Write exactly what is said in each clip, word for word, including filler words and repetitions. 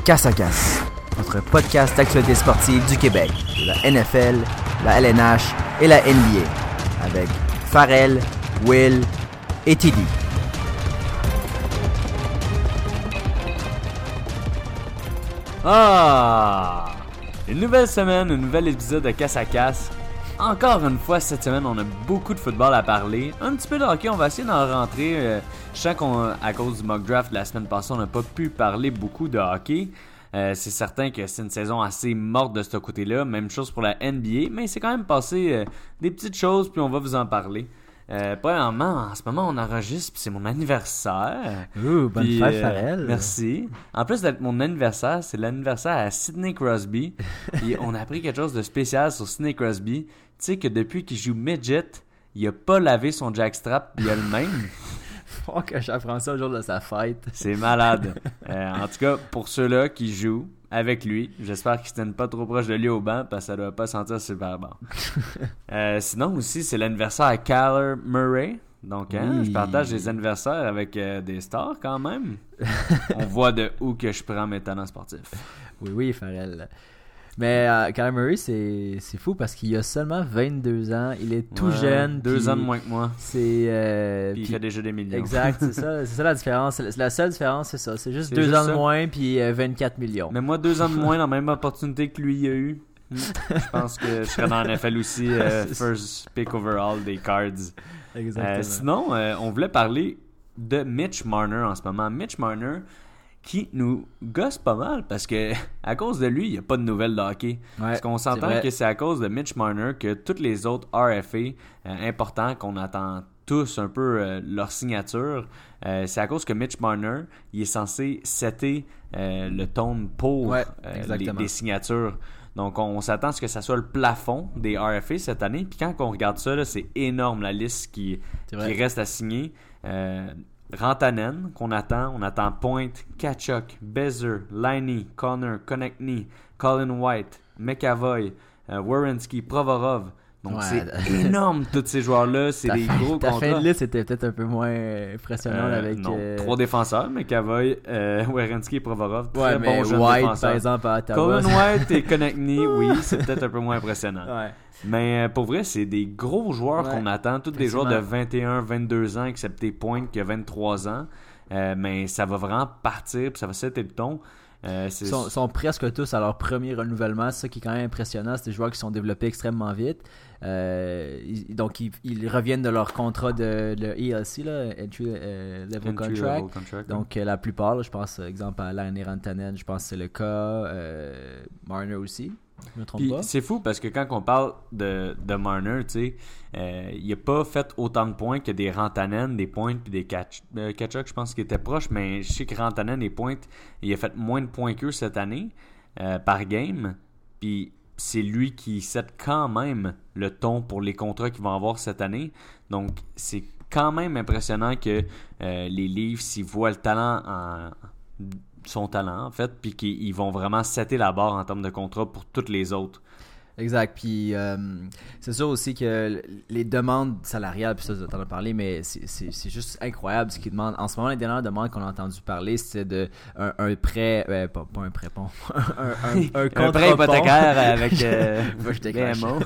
Casse à Casse, notre podcast d'actualité sportive du Québec, de la N F L, la L N H et la N B A, avec Farrell, Will et T D. Ah! Une nouvelle semaine, un nouvel épisode de Casse à Casse. Encore une fois, cette semaine, on a beaucoup de football à parler. Un petit peu de hockey, on va essayer d'en rentrer. Euh, je sens qu'à cause du mock draft de la semaine passée, on n'a pas pu parler beaucoup de hockey. Euh, c'est certain que c'est une saison assez morte de ce côté-là. Même chose pour la N B A, mais c'est quand même passé euh, des petites choses, puis on va vous en parler. Euh, premièrement, en ce moment, on enregistre, puis c'est mon anniversaire. Ouh, bonne Puis, fête, euh, Farrell. Merci. En plus d'être mon anniversaire, c'est l'anniversaire à Sidney Crosby. Puis on a appris quelque chose de spécial sur Sidney Crosby. Tu sais que depuis qu'il joue midget, il a pas lavé son jackstrap, il a le même. Faut que j'apprends ça au jour de sa fête. C'est malade. Euh, en tout cas, pour ceux-là qui jouent avec lui, j'espère qu'ils ne se tiennent pas trop proche de lui au banc parce que ça doit pas sentir super bon. euh, sinon aussi, c'est l'anniversaire à Kyler Murray. Donc, hein, Oui. je partage les anniversaires avec euh, des stars quand même. On voit de où que je prends mes talents sportifs. Oui, oui, Farrell. Mais euh, Kyler Murray, c'est, c'est fou parce qu'il a seulement vingt-deux ans. Il est tout Ouais, jeune. Deux puis ans de moins que moi. C'est, euh, Puis il puis- fait déjà des millions. Exact, c'est ça, c'est ça la différence. C'est la seule différence, c'est ça. C'est juste C'est deux juste ans de ça. moins puis euh, vingt-quatre millions. Mais moi, deux ans de moins, dans la même opportunité que lui a eu. Hmm. Je pense que je serais dans la N F L aussi, euh, first pick overall des Cards. Exactement. Euh, sinon, euh, on voulait parler de Mitch Marner en ce moment. Mitch Marner qui nous gosse pas mal parce que à cause de lui, il n'y a pas de nouvelles de hockey. Ouais, Parce qu'on c'est s'entend vrai. que c'est à cause de Mitch Marner que tous les autres R F A euh, importants qu'on attend tous un peu euh, leur signature, euh, c'est à cause que Mitch Marner, il est censé setter euh, le ton pour Ouais, euh, les, exactement. des signatures. Donc, on, on s'attend à ce que ça soit le plafond des R F A cette année. Puis quand on regarde ça, là, c'est énorme la liste qui, C'est vrai. qui reste à signer. Euh, Rantanen, qu'on attend. On attend Point, Kachuk, Bezer, Liney, Connor, Konechny, Colin White, McAvoy, euh, Werenski, Provorov. Donc, Ouais. c'est énorme, tous ces joueurs-là. C'est Ta des fin- gros ta contrats. fin de liste était peut-être un peu moins euh, impressionnante Euh, avec. non, euh, trois défenseurs, McAvoy, euh, Werenski et Provorov. Très Ouais, mais bons jeunes White, défenseurs. par exemple, à Ottawa. Colin White et Konechny, oui, c'est peut-être un peu moins impressionnant. Ouais. Mais euh, pour vrai, c'est des gros joueurs Ouais, qu'on attend. Tous des joueurs de effectivement. vingt et un, vingt-deux ans, excepté Point qui a vingt-trois ans. Euh, mais ça va vraiment partir, puis ça va setter le ton. Euh, c'est... Ils sont, sont presque tous à leur premier renouvellement. C'est ça qui est quand même impressionnant. C'est des joueurs qui sont développés extrêmement vite. Euh, ils- donc, ils, ils reviennent de leur contrat de le E L C, là, Entry euh, Level Entry Contract. level contract, Donc, euh, la plupart, là, je pense, euh, exemple, à Laine Rantanen, je pense que c'est le cas. Euh, Marner aussi, je me trompe Puis pas. c'est fou parce que quand on parle de, de Marner, tu sais, euh, il a pas fait autant de points que des Rantanen, des Points puis des Kach- euh, Kachuk, je pense qu'il était proche, mais je sais que Rantanen et Points, il a fait moins de points qu'eux cette année euh, par game. Puis c'est lui qui set quand même le ton pour les contrats qu'ils vont avoir cette année. Donc c'est quand même impressionnant que euh, les Leafs, s'ils voient le talent en son talent en fait, puis qu'ils ils vont vraiment setter la barre en termes de contrat pour toutes les autres. Exact. Puis euh, c'est sûr aussi que les demandes salariales, puis ça, t'en as parlé, mais c'est, c'est, c'est juste incroyable ce qu'ils demandent. En ce moment, les dernières demandes qu'on a entendu parler, c'était de un, un prêt, euh, pas, pas un prêt pont, un, un, un, Un contrat prêt pont. hypothécaire avec euh, Moi, je B décroche. M O.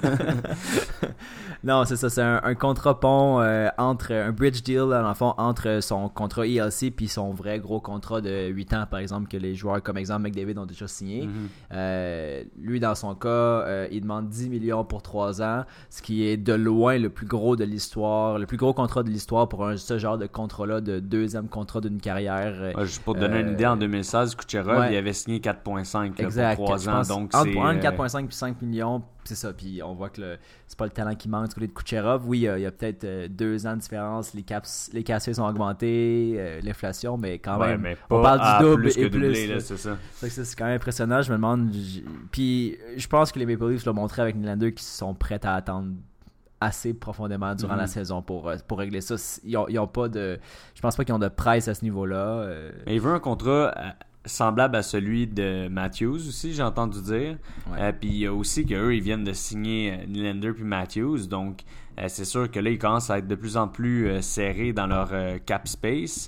Non, c'est ça, c'est un, un contrat pont euh, entre un bridge deal dans le fond entre son contrat E L C puis son vrai gros contrat de huit ans par exemple que les joueurs comme exemple McDavid ont déjà signé. Mhm. Euh, lui dans son cas, euh, il demande dix millions pour trois ans, ce qui est de loin le plus gros de l'histoire, le plus gros contrat de l'histoire pour un, ce genre de contrat-là, de deuxième contrat d'une carrière. Ouais, juste pour te donner une Euh, idée, en deux mille seize, Kucherov, ouais. il avait signé quatre virgule cinq là, Exact. pour trois Je ans. pense Donc entre, c'est, entre euh, quatre virgule cinq et cinq millions, c'est ça. Puis on voit que le, c'est pas le talent qui manque du côté de Kucherov. Oui, il y a, il y a peut-être euh, deux ans de différence. Les caps, les cassiers sont augmentés, euh, l'inflation, mais quand ouais, même. mais on pas parle à du double plus que et plus. doublé, là, là. c'est ça. C'est, ça, c'est quand même impressionnant. Je me demande. j- Puis je pense que les Maple Leafs l'ont montré avec Nylander qui sont prêts à attendre assez profondément durant Mhm. la saison pour, euh, pour régler ça. Ils ont, ils ont pas de. Je pense pas qu'ils ont de presse à ce niveau-là. euh, Mais il veut un contrat euh, semblable à celui de Matthews aussi, j'ai entendu dire. Ouais. Euh, puis il y a aussi qu'eux, ils viennent de signer euh, Nylander puis Matthews. Donc, euh, c'est sûr que là, ils commencent à être de plus en plus euh, serrés dans leur euh, cap space.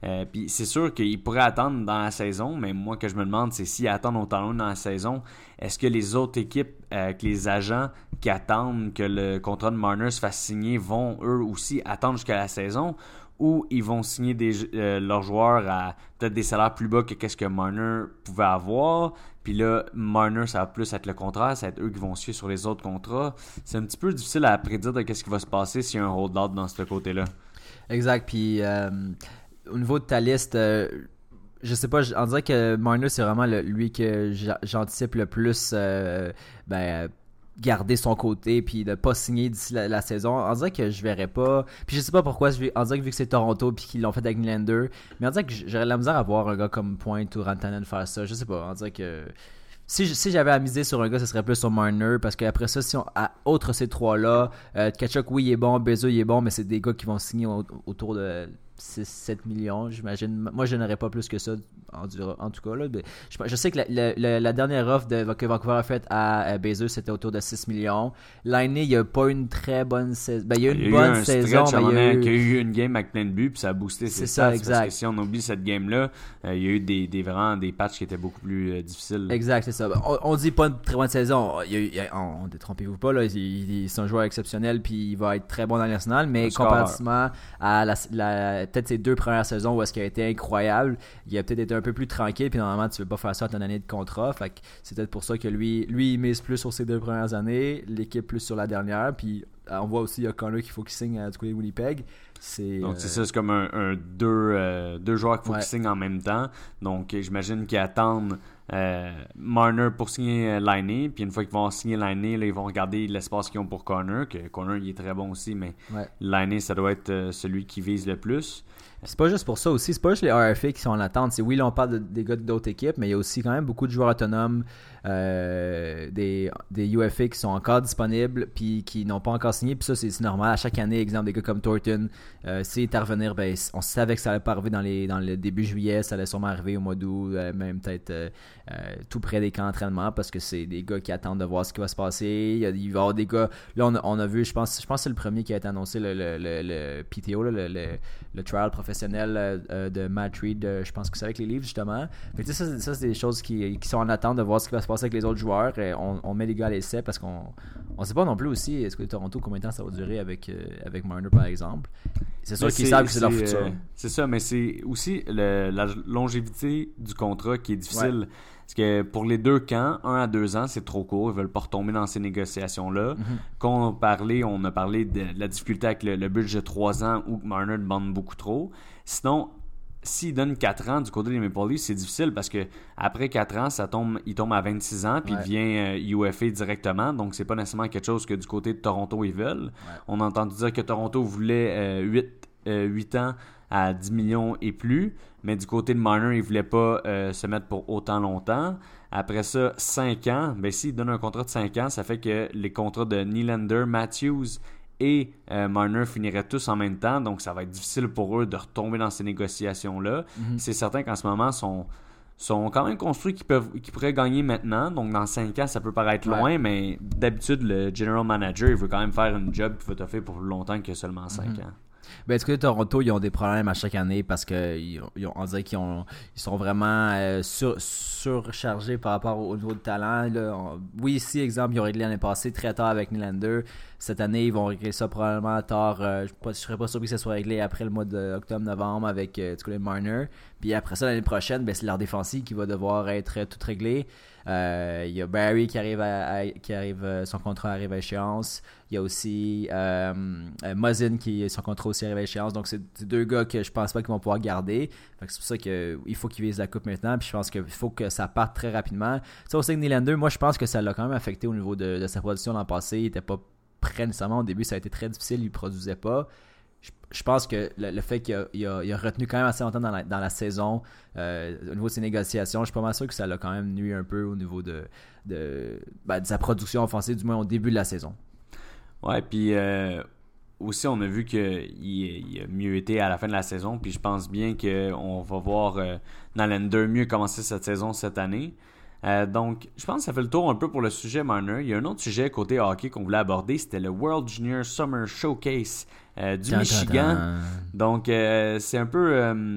Euh, puis c'est sûr qu'il pourrait attendre dans la saison, mais moi, que je me demande, c'est s'ils attendent autant long dans la saison, est-ce que les autres équipes, euh, que les agents qui attendent que le contrat de Marner se fasse signer vont eux aussi attendre jusqu'à la saison, ou ils vont signer des, euh, leurs joueurs à peut-être des salaires plus bas que qu'est-ce que Marner pouvait avoir. Puis là, Marner, ça va plus être le contraire, ça va être eux qui vont suivre sur les autres contrats. C'est un petit peu difficile à prédire de qu'est-ce qui va se passer s'il y a un hold-out dans ce côté-là. Exact. Puis euh, au niveau de ta liste, euh, je sais pas, on dirait que Marner, c'est vraiment le, lui que j'anticipe le plus euh, ben, garder son côté puis de pas signer d'ici la, la saison. On dirait que je verrais pas. Puis je sais pas pourquoi, on dirait que vu que c'est Toronto puis qu'ils l'ont fait avec Nylander, mais on dirait que j'aurais de la misère à voir un gars comme Point ou Rantanen faire ça. Je sais pas, on dirait que si, si j'avais à miser sur un gars, ce serait plus sur Marner, parce qu'après ça, si on à, outre ces trois-là, euh, Tkachuk, oui, il est bon, Bezo, il est bon, mais c'est des gars qui vont signer au, autour de six sept millions, j'imagine. Moi, je n'aurais pas plus que ça, en, en tout cas. Là. Je, je sais que la, la, la dernière offre de, que Vancouver a faite à, à Bezos, c'était autour de six millions. L'année, il n'y a pas une très bonne saison. Ben, il y a une il y a bonne eu un saison. Stretch, mais il y a eu... qu'il y a eu une game avec plein de buts, puis ça a boosté ses c'est stats. ça, exact. Parce que si on oublie cette game-là, euh, il y a eu des, des, vraiment des patchs qui étaient beaucoup plus euh, difficiles. Exact, c'est ça. On, on dit pas une très bonne saison. Il y a, il y a, on, détrompez-vous pas, là, il, il, c'est un joueur exceptionnel, puis il va être très bon dans l'arsenal, mais comparativement à la, la, peut-être ses deux premières saison où est-ce qu'il a été incroyable, il a peut-être été un peu plus tranquille, puis normalement tu veux pas faire ça à ton année de contrat, fait que c'est peut-être pour ça que lui lui il mise plus sur ses deux premières années, l'équipe plus sur la dernière, puis on voit aussi il y a Connor qu'il faut qu'il signe à, du côté de Winnipeg. C'est, donc euh... c'est ça, c'est comme un, un deux, euh, deux joueurs qu'il faut ouais. qu'ils signent en même temps, donc j'imagine qu'ils attendent euh, Marner pour signer Laine, puis une fois qu'ils vont signer Laine, là, ils vont regarder l'espace qu'ils ont pour Connor, que Connor il est très bon aussi, mais ouais. Laine ça doit être euh, celui qui vise le plus. C'est pas juste pour ça aussi, c'est pas juste les R F A qui sont en attente. C'est, oui, là on parle de, des gars d'autres équipes, mais il y a aussi quand même beaucoup de joueurs autonomes, euh, des, des U F A qui sont encore disponibles puis qui n'ont pas encore signé. Puis ça, c'est, c'est normal. À chaque année, exemple, des gars comme Thornton, euh, s'il est à revenir, ben, on savait que ça allait pas arriver dans, les, dans le début juillet, ça allait sûrement arriver au mois d'août, euh, même peut-être euh, euh, tout près des camps d'entraînement, parce que c'est des gars qui attendent de voir ce qui va se passer. Il, y a, il va y avoir des gars, là on a, on a vu, je pense, je pense que c'est le premier qui a été annoncé, le, le, le, le P T O, là, le, le, le trial professionnel euh, de Matt Reed, euh, je pense que c'est avec les livres justement. Mais tu sais, ça, ça c'est des choses qui, qui sont en attente de voir ce qui va se passer avec les autres joueurs. Et on, on met les gars à l'essai parce qu'on on sait pas non plus aussi, est-ce que Toronto, combien de temps ça va durer avec, euh, avec Marner par exemple. C'est sûr mais qu'ils c'est, savent que c'est, c'est leur futur. Euh, c'est ça, mais c'est aussi le, la longévité du contrat qui est difficile. Ouais. Parce que pour les deux camps, un à deux ans, c'est trop court. Ils veulent pas retomber dans ces négociations-là. Mm-hmm. Quand on a parlé, on a parlé de la difficulté avec le, le budget de trois ans où Marner demande beaucoup trop. Sinon, s'il donne quatre ans du côté des Maple Leafs, c'est difficile parce que après quatre ans, ça tombe, il tombe à vingt-six ans puis ouais. il devient euh, U F A directement. Donc, c'est pas nécessairement quelque chose que du côté de Toronto, ils veulent. Ouais. On a entendu dire que Toronto voulait euh, huit, euh, huit ans à dix millions et plus. Mais du côté de Marner, il voulait pas euh, se mettre pour autant longtemps. Après ça, cinq ans. Ben, s'il donne un contrat de cinq ans, ça fait que les contrats de Nylander, Matthews et euh, Marner finiraient tous en même temps. Donc, ça va être difficile pour eux de retomber dans ces négociations-là. Mm-hmm. C'est certain qu'en ce moment, sont sont quand même construits qui peuvent qui pourraient gagner maintenant. Donc, dans cinq ans, ça peut paraître loin, ouais. mais d'habitude, le general manager, il veut quand même faire une job qui va t'offrir pour plus longtemps que seulement cinq mm-hmm. ans. Ben, du côté de Toronto, ils ont des problèmes à chaque année parce que ils, ils ont, on dirait qu'ils ont, ils sont vraiment euh, sur, surchargés par rapport au, au niveau de talent. Là, on, oui, ici, exemple, ils ont réglé l'année passée très tard avec Nylander. Cette année, ils vont régler ça probablement tard. Euh, je ne serais pas surpris que ça soit réglé après le mois d'octobre-novembre avec euh, du côté de Marner. Puis après ça, l'année prochaine, ben, c'est leur défensive qui va devoir être toute réglée. Euh, il y a Barry qui arrive à, à qui arrive son contrat arrive à échéance. Il y a aussi euh, Muzzin qui son contrat aussi arrive à échéance. Donc c'est, c'est deux gars que je pense pas qu'ils vont pouvoir garder. Fait que c'est pour ça qu'il faut qu'ils visent la coupe maintenant. Puis je pense qu'il faut que ça parte très rapidement. Ça aussi que Nylander, moi je pense que ça l'a quand même affecté au niveau de, de sa production l'an passé. Il était pas prêt nécessairement au début, ça a été très difficile, il produisait pas. Je pense que le, le fait qu'il a, il a, il a retenu quand même assez longtemps dans la, dans la saison, euh, au niveau de ses négociations, je suis pas mal sûr que ça l'a quand même nuit un peu au niveau de, de, ben, de sa production offensive, du moins au début de la saison. Ouais, puis euh, aussi on a vu qu'il il a mieux été à la fin de la saison, puis je pense bien qu'on va voir euh, Nylander mieux commencer cette saison cette année. Euh, donc, je pense que ça fait le tour un peu pour le sujet Marner. Il y a un autre sujet côté hockey qu'on voulait aborder, c'était le World Junior Summer Showcase euh, du Tant, Michigan. tant, tant. Donc, euh, c'est un peu... Euh,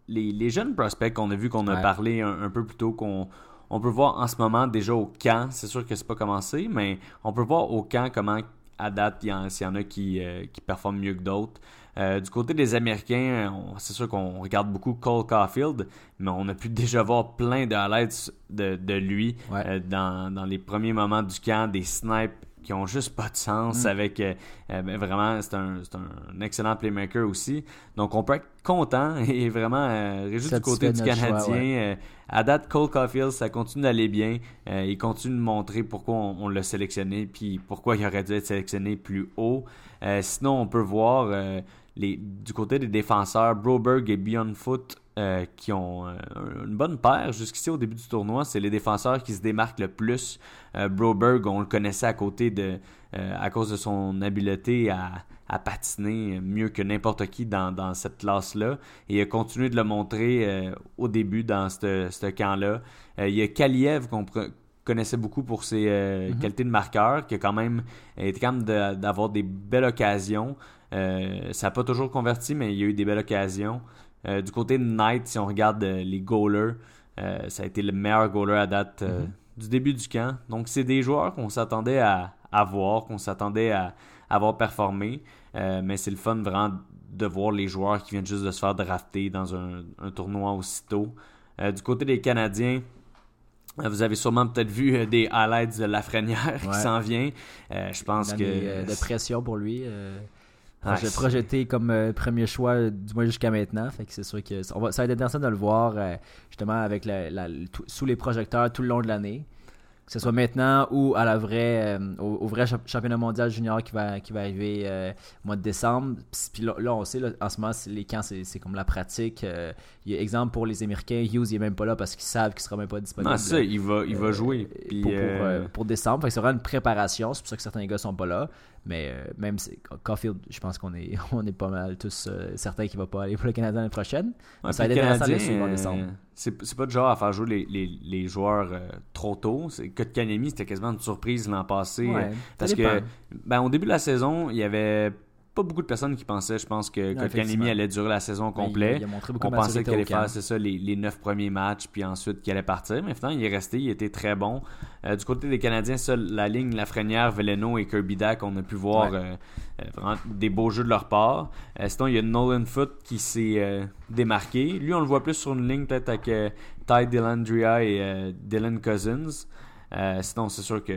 les, les jeunes prospects qu'on a vu, qu'on a Ouais. parlé un, un peu plus tôt, qu'on on peut voir en ce moment déjà au camp, c'est sûr que c'est pas commencé, mais on peut voir au camp comment à date, il y en, s'il y en a qui, euh, qui performent mieux que d'autres. Euh, du côté des Américains, on, c'est sûr qu'on regarde beaucoup Cole Caulfield, mais on a pu déjà voir plein de highlights de, de lui Ouais. euh, dans, dans les premiers moments du camp, des snipes qui ont juste pas de sens Mm. avec euh, euh, ben, vraiment c'est un, c'est un excellent playmaker aussi, donc on peut être content et vraiment euh, réjoui du côté Satisfait du de notre Canadien. choix, ouais. Euh, à date, Cole Caulfield, ça continue d'aller bien. Euh, il continue de montrer pourquoi on, on l'a sélectionné puis pourquoi il aurait dû être sélectionné plus haut. Euh, sinon, on peut voir euh, les, du côté des défenseurs, Broberg et Beyond Foot euh, qui ont euh, une bonne paire jusqu'ici au début du tournoi. C'est les défenseurs qui se démarquent le plus. Euh, Broberg, on le connaissait à côté de euh, à cause de son habileté à, à patiner mieux que n'importe qui dans, dans cette classe-là. Et il a continué de le montrer euh, au début dans ce ce camp-là. Euh, il y a Kaliev qu'on pr- connaissait beaucoup pour ses euh, Mhm. qualités de marqueur, qui a quand même été capable de- d'avoir des belles occasions. Euh, ça n'a pas toujours converti, mais il y a eu des belles occasions. Euh, du côté de Knight, si on regarde euh, les goalers, euh, ça a été le meilleur goaler à date euh, Mhm. du début du camp. Donc, c'est des joueurs qu'on s'attendait à, à voir, qu'on s'attendait à, à voir performer. Euh, mais c'est le fun vraiment de voir les joueurs qui viennent juste de se faire drafter dans un, un tournoi aussitôt. Euh, du côté des Canadiens, euh, vous avez sûrement peut-être vu euh, des highlights de Lafrenière qui Ouais. s'en vient. Euh, je pense Une que... année, euh, de pression pour lui. Euh, Ouais, projet- c'est- projeté comme euh, premier choix, euh, du moins jusqu'à maintenant. Fait que c'est sûr que ça, on va, ça va être intéressant de le voir euh, justement avec la, la- le- tout- sous les projecteurs tout le long de l'année. Que ce soit maintenant ou à la vraie, euh, au, au vrai cha- championnat mondial junior qui va, qui va arriver euh, au mois de décembre. Puis puis là, là, on sait, là, en ce moment, c'est- les camps, c'est, c'est comme la pratique. Euh, il y a exemple pour les Américains, Hughes, il est même pas là parce qu'ils savent qu'il sera même pas disponible. Non, c'est ça, il va, il va euh, jouer. Puis, pour, pour, euh, euh, pour décembre. Fait que c'est vraiment une préparation. C'est pour ça que certains gars sont pas là. Mais euh, même si, Caulfield, je pense qu'on est, on est pas mal tous euh, certains qu'il va pas aller pour le Canada l'année prochaine. Ouais, ça va puis être le intéressant de le Canadien, suivre en euh, décembre. c'est, c'est pas du genre à faire jouer les, les, les joueurs euh, trop tôt. C'est, Kotkaniemi, c'était quasiment une surprise l'an passé. Ouais, euh, ça parce dépend. que ben, au début de la saison, il y avait pas beaucoup de personnes qui pensaient, je pense, que Ouais, Kotkaniemi effectivement. allait durer la saison Mais il- complète. il a montré beaucoup On de pensait maturité qu'il allait au camp. faire, c'est ça, les, les neuf premiers matchs, puis ensuite qu'il allait partir. Mais finalement, il est resté, il était très bon. Euh, du côté des Canadiens, ça, la ligne Lafrenière, Veleno et Kirby Dack, on a pu voir Ouais. euh, euh, vraiment des beaux jeux de leur part. Euh, sinon, il y a Nolan Foote qui s'est euh, démarqué. Lui, on le voit plus sur une ligne peut-être avec euh, Ty Dellandrea et euh, Dylan Cousins. Euh, sinon, c'est sûr que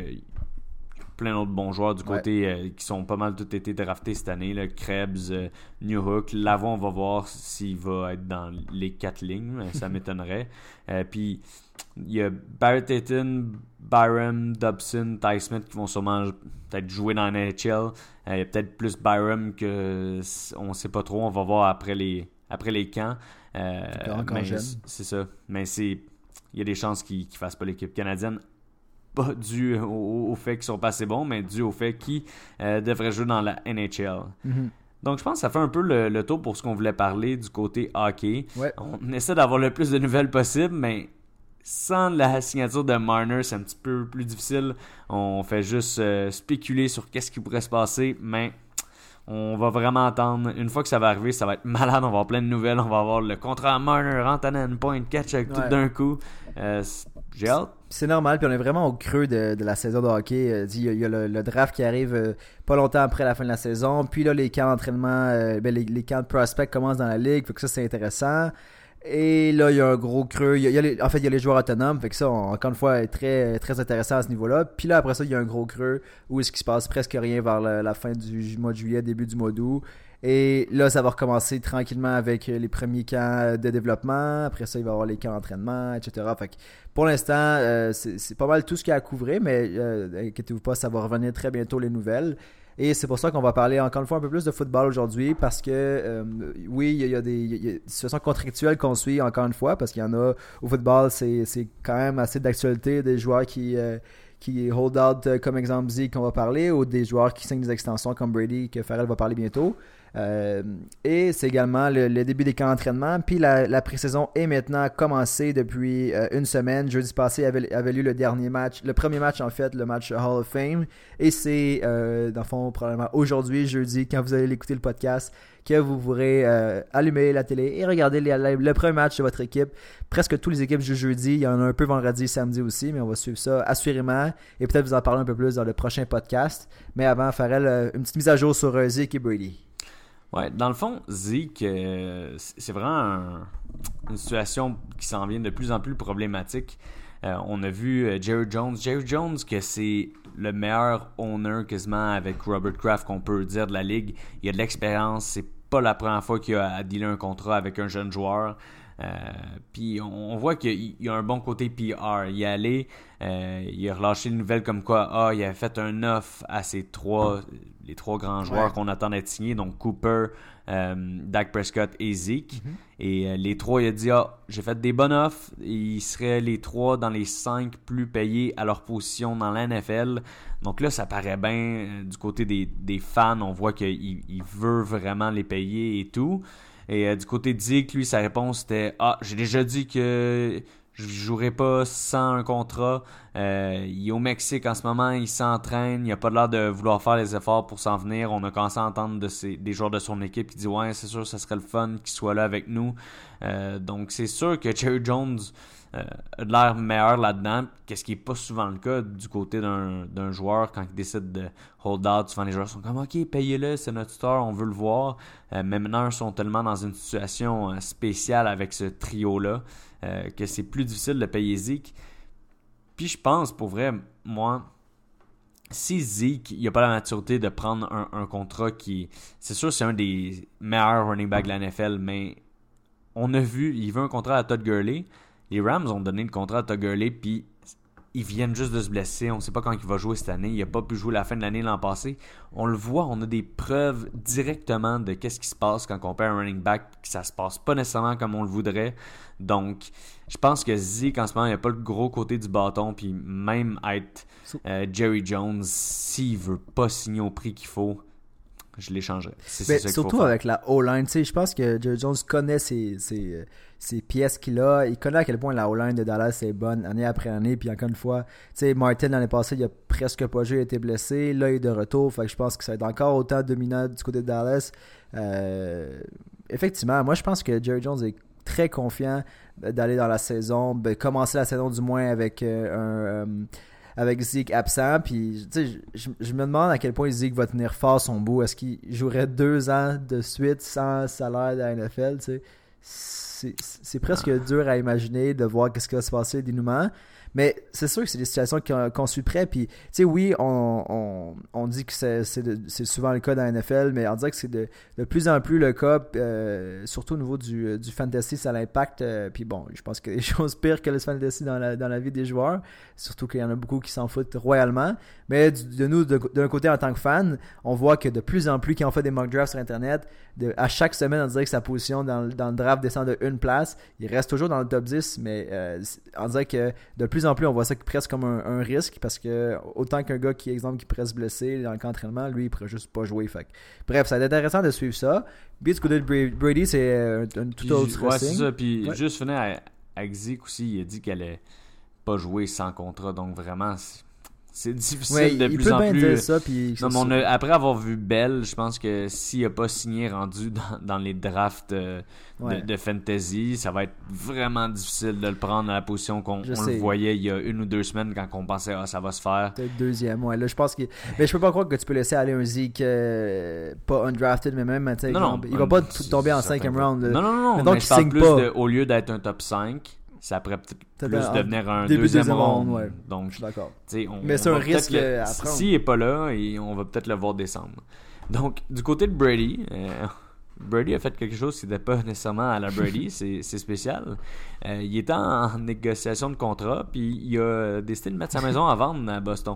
plein d'autres bons joueurs du Ouais. côté euh, qui sont pas mal tous été draftés cette année. Là. Krebs, euh, Newhook. Lavon, on va voir s'il va être dans les quatre lignes. mais Ça m'étonnerait. Euh, Puis, il y a Barrett Hayton, Byram, Dobson, Ty Smith qui vont sûrement peut-être jouer dans la N H L. Euh, il y a peut-être plus Byram que on sait pas trop. On va voir après les, après les camps. Euh, Encore- encore mais jeune. c'est ça. Mais c'est il y a des chances qu'ils ne fassent pas l'équipe canadienne. Pas dû au, au fait qu'ils sont pas assez bons, mais dû au fait qu'ils euh, devraient jouer dans la N H L. Mhm. Donc, je pense que ça fait un peu le, le tour pour ce qu'on voulait parler du côté hockey. Ouais. On essaie d'avoir le plus de nouvelles possible, mais sans la signature de Marner, c'est un petit peu plus difficile. On fait juste euh, spéculer sur qu'est-ce qui pourrait se passer, mais on va vraiment attendre. Une fois que ça va arriver, ça va être malade. On va avoir plein de nouvelles. On va avoir le contrat à Marner, Rantanen, Point, Ketchuk, tout Ouais. d'un coup. Euh, j'ai hâte. C'est normal, puis on est vraiment au creux de, de la saison de hockey. Euh, Il y a, il y a le, le draft qui arrive euh, pas longtemps après la fin de la saison. Puis là, les camps d'entraînement, euh, ben, les, les camps de prospect commencent dans la ligue. Fait que ça, c'est intéressant. Et là, il y a un gros creux. Il y a, il y a les- en fait, il y a les joueurs autonomes. Fait que ça, on- encore une fois, est très, très intéressant à ce niveau-là. Puis là, après ça, il y a un gros creux où est-ce qu'il se passe presque rien vers la, la fin du ju- mois de juillet, début du mois d'août. Et là, ça va recommencer tranquillement avec les premiers camps de développement. Après ça, il va y avoir les camps d'entraînement, et cetera. Fait que pour l'instant, euh, c'est, c'est pas mal tout ce qu'il y a à couvrir, mais euh, inquiétez-vous pas, ça va revenir très bientôt les nouvelles. Et c'est pour ça qu'on va parler encore une fois un peu plus de football aujourd'hui parce que euh, oui, il y, a- il y a des, il y a des situations contractuelles qu'on suit encore une fois parce qu'il y en a au football, c'est, c'est quand même assez d'actualité, des joueurs qui, euh, qui hold out euh, comme exemple Zeke qu'on va parler ou des joueurs qui signent des extensions comme Brady que Farrell va parler bientôt. Euh, et c'est également le, le début des camps d'entraînement. Puis la, la pré-saison est maintenant commencée depuis euh, une semaine. Jeudi passé avait, avait eu le dernier match, le premier match en fait, le match Hall of Fame. Et c'est, euh, dans le fond, probablement aujourd'hui, jeudi, quand vous allez écouter le podcast, que vous pourrez euh, allumer la télé et regarder les, les, le premier match de votre équipe. Presque toutes les équipes jouent jeudi. Il y en a un peu vendredi et samedi aussi, mais on va suivre ça assurément. Et peut-être vous en parler un peu plus dans le prochain podcast. Mais avant, Farrell, une petite mise à jour sur euh, Zeke et Brady. Ouais, dans le fond, Zeke, euh, c'est vraiment un, une situation qui s'en vient de plus en plus problématique. Euh, on a vu euh, Jerry Jones. Jerry Jones, que c'est le meilleur owner quasiment avec Robert Kraft qu'on peut dire de la ligue. Il a de l'expérience. C'est pas la première fois qu'il a à dealer un contrat avec un jeune joueur. Euh, puis on, on voit qu'il y a un bon côté P R. Il est allé, euh, il a relâché une nouvelle comme quoi ah, il a fait un offre à ses trois, les trois grands joueurs ouais. qu'on attend d'être signés, donc Cooper, euh, Dak Prescott et Zeke. Mm-hmm. Et euh, les trois, il a dit ah, j'ai fait des bonnes offres. Ils seraient les trois dans les cinq plus payés à leur position dans la N F L. Donc là, ça paraît bien euh, du côté des, des fans. On voit qu'il il veut vraiment les payer et tout. Et euh, du côté de Zeke, lui, sa réponse c'était « Ah, j'ai déjà dit que je ne jouerai pas sans un contrat. Euh, il est au Mexique en ce moment, il s'entraîne, il n'a pas l'air de vouloir faire les efforts pour s'en venir. On a commencé à entendre de ses, des joueurs de son équipe qui disent « Ouais, c'est sûr, ça serait le fun qu'il soit là avec nous. Euh, » Donc, c'est sûr que Jerry Jones euh, a de l'air meilleur là-dedans, qu'est-ce qui n'est pas souvent le cas du côté d'un, d'un joueur quand il décide de hold out. Souvent, les joueurs sont comme « Ok, payez-le, c'est notre star, on veut le voir. Euh, » Mais maintenant, ils sont tellement dans une situation euh, spéciale avec ce trio-là euh, que c'est plus difficile de payer Zeke. Puis je pense, pour vrai, moi, si Zeke, il n'a pas la maturité de prendre un, un contrat qui... C'est sûr, c'est un des meilleurs running backs de la N F L, mais on a vu, il veut un contrat à Todd Gurley. Les Rams ont donné le contrat à Todd Gurley, puis ils viennent juste de se blesser. On ne sait pas quand il va jouer cette année. Il n'a pas pu jouer la fin de l'année l'an passé. On le voit, on a des preuves directement de qu'est-ce qui se passe quand on perd un running back, que ça se passe pas nécessairement comme on le voudrait. Donc, je pense que Zeke, en ce moment, il n'a pas le gros côté du bâton, puis même être euh, Jerry Jones, s'il veut pas signer au prix qu'il faut, je l'échangerais. C'est, mais c'est ça surtout avec la O-line, tu sais, je pense que Jerry Jones connaît ses, ses, ses pièces qu'il a. Il connaît à quel point la O-line de Dallas est bonne année après année. Puis encore une fois, tu sais, Martin l'année passée, il a presque pas joué, il a été blessé. Là, il est de retour. Fait que je pense que ça va être encore autant dominant du côté de Dallas. Euh, effectivement, moi, je pense que Jerry Jones est très confiant d'aller dans la saison, de commencer la saison du moins avec euh, un... Euh, avec Zeke absent, puis tu sais, je, je me demande à quel point Zeke va tenir fort son bout. Est-ce qu'il jouerait deux ans de suite sans salaire de la N F L, tu sais? C'est, c'est presque dur à imaginer de voir qu'est-ce qui va se passer dénouement. Mais c'est sûr que c'est des situations qu'on, qu'on suit près. Puis, tu sais, oui, on, on, on dit que c'est, c'est, de, c'est souvent le cas dans la N F L, mais on dirait que c'est de, de plus en plus le cas, euh, surtout au niveau du, du fantasy, ça l'impacte. Euh, puis bon, je pense qu'il y a des choses pires que le fantasy dans la, dans la vie des joueurs, surtout qu'il y en a beaucoup qui s'en foutent royalement. Mais du, de nous, de, d'un côté, en tant que fan, on voit que de plus en plus, qui ont fait des mock drafts sur Internet, de, à chaque semaine, on dirait que sa position dans, dans le draft descend de une place. Il reste toujours dans le top dix, mais euh, on dirait que de plus en plus, on voit ça presque comme un, un risque, parce que autant qu'un gars qui, exemple, qui pourrait se blesser dans le camp d'entraînement, lui, il pourrait juste pas jouer. Fait. Bref, ça va être intéressant de suivre ça. Puis du côté de Brady, c'est un, un tout autre ouais, signe. c'est ça. Puis ouais. juste finir avec Zeke aussi, il a dit qu'elle allait pas jouer sans contrat, donc vraiment... C'est... C'est difficile ouais, de il plus peut en bien plus. dire ça, puis non, mais on a, après avoir vu Bell, je pense que s'il n'a pas signé rendu dans, dans les drafts euh, ouais. de, de fantasy, ça va être vraiment difficile de le prendre à la position qu'on on le voyait il y a une ou deux semaines quand on pensait ah ça va se faire. Peut-être deuxième, ouais. Là, je pense que. Mais je peux pas croire que tu peux laisser aller un Zeke euh, pas undrafted, mais même non, non, il va un, pas tomber en cinquième round. Non, non, non. Mais donc, mais je parle plus de, au lieu d'être un top cinq. Ça pourrait peut-être plus un, devenir un deuxième, deuxième round. Ouais. Donc, je suis d'accord. On, mais c'est un risque le, à prendre. S'il n'est pas là, et on va peut-être le voir descendre. Donc, du côté de Brady, euh, Brady a fait quelque chose qui n'était pas nécessairement à la Brady. c'est, c'est spécial. Euh, il était en négociation de contrat, puis il a décidé de mettre sa maison à vendre à Boston.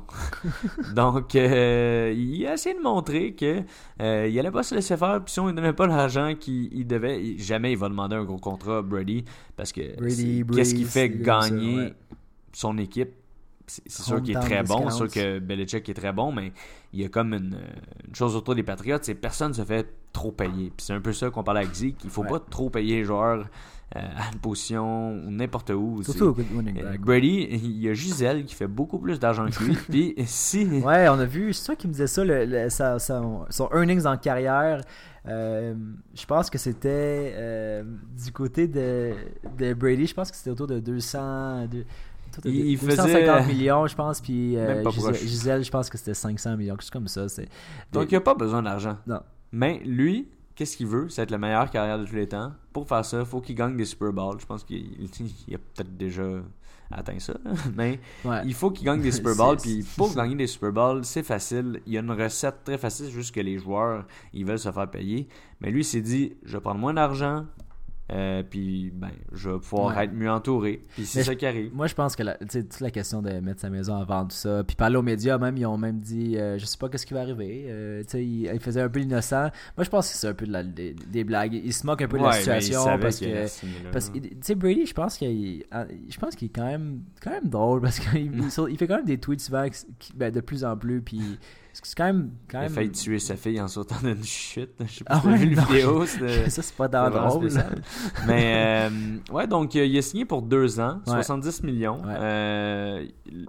Donc, euh, il a essayé de montrer que euh, il allait pas se laisser faire, puis si on ne donnait pas l'argent qu'il il devait, jamais il va demander un gros contrat à Brady, parce que Brady, qu'est-ce qui fait gagner ça, ouais. son équipe? C'est, c'est sûr qu'il est très bon, c'est sûr que Belichick est très bon, mais il y a comme une, une chose autour des Patriots, c'est personne ne se fait trop payer. Puis c'est un peu ça qu'on parlait avec Zeke. Il faut Ouais. pas trop payer les joueurs euh, à une position ou n'importe où. Surtout C'est- au running euh, back. Brady, il y a Gisèle qui fait beaucoup plus d'argent que lui. Puis si... Ouais, on a vu, c'est toi qui me disait ça, le, le- sa- sa- son earnings en carrière. Euh, je pense que c'était euh, du côté de, de Brady, je pense que c'était autour de deux cents. De, autour de Il- il deux cent cinquante faisait- millions, je pense. Puis euh, Même pas Gisèle, proche. Gisèle, je pense que c'était cinq cents millions, quelque chose comme ça. C'est, Donc il a pas besoin d'argent. Non. Mais lui, qu'est-ce qu'il veut? C'est être la meilleure carrière de tous les temps. Pour faire ça, il faut qu'il gagne des Super Bowls. Je pense qu'il il a peut-être déjà atteint ça. là. Mais ouais. il faut qu'il gagne des Super Bowls. C'est- Puis pour gagner des Super Bowls, c'est facile. Il y a une recette très facile, c'est juste que les joueurs, ils veulent se faire payer. Mais lui, il s'est dit, je vais prendre moins d'argent. Euh, puis ben, je vais pouvoir Ouais. être mieux entouré. Puis c'est Mais ça je- qui arrive. Moi, je pense que la, tu sais, toute la question de mettre sa maison à vendre, tout ça, puis parler aux médias, même, ils ont même dit, euh, je sais pas qu'est-ce qui va arriver. Euh, tu sais, ils, ils faisaient un peu l'innocent. Moi, je pense que c'est un peu de la- des, des blagues. Ils se moquent un peu de la Ouais, mais il situation savait parce qu'il allait que. signer là. Parce que, tu sais, Brady, je pense qu'il je pense qu'il est quand même, quand même drôle parce qu'il il, il fait quand même des tweets souvent qui- ben, de plus en plus. Puis c'est quand même. Quand Il a même... failli tuer sa fille en sautant d'une chute. Je sais pas Ah si t'as ouais, vu non, la vidéo. c'était- Ça, c'est pas dans C'est vraiment drôle. spécial. Mais euh, ouais, donc euh, il a signé pour deux ans, Ouais. soixante-dix millions. Ouais. Euh,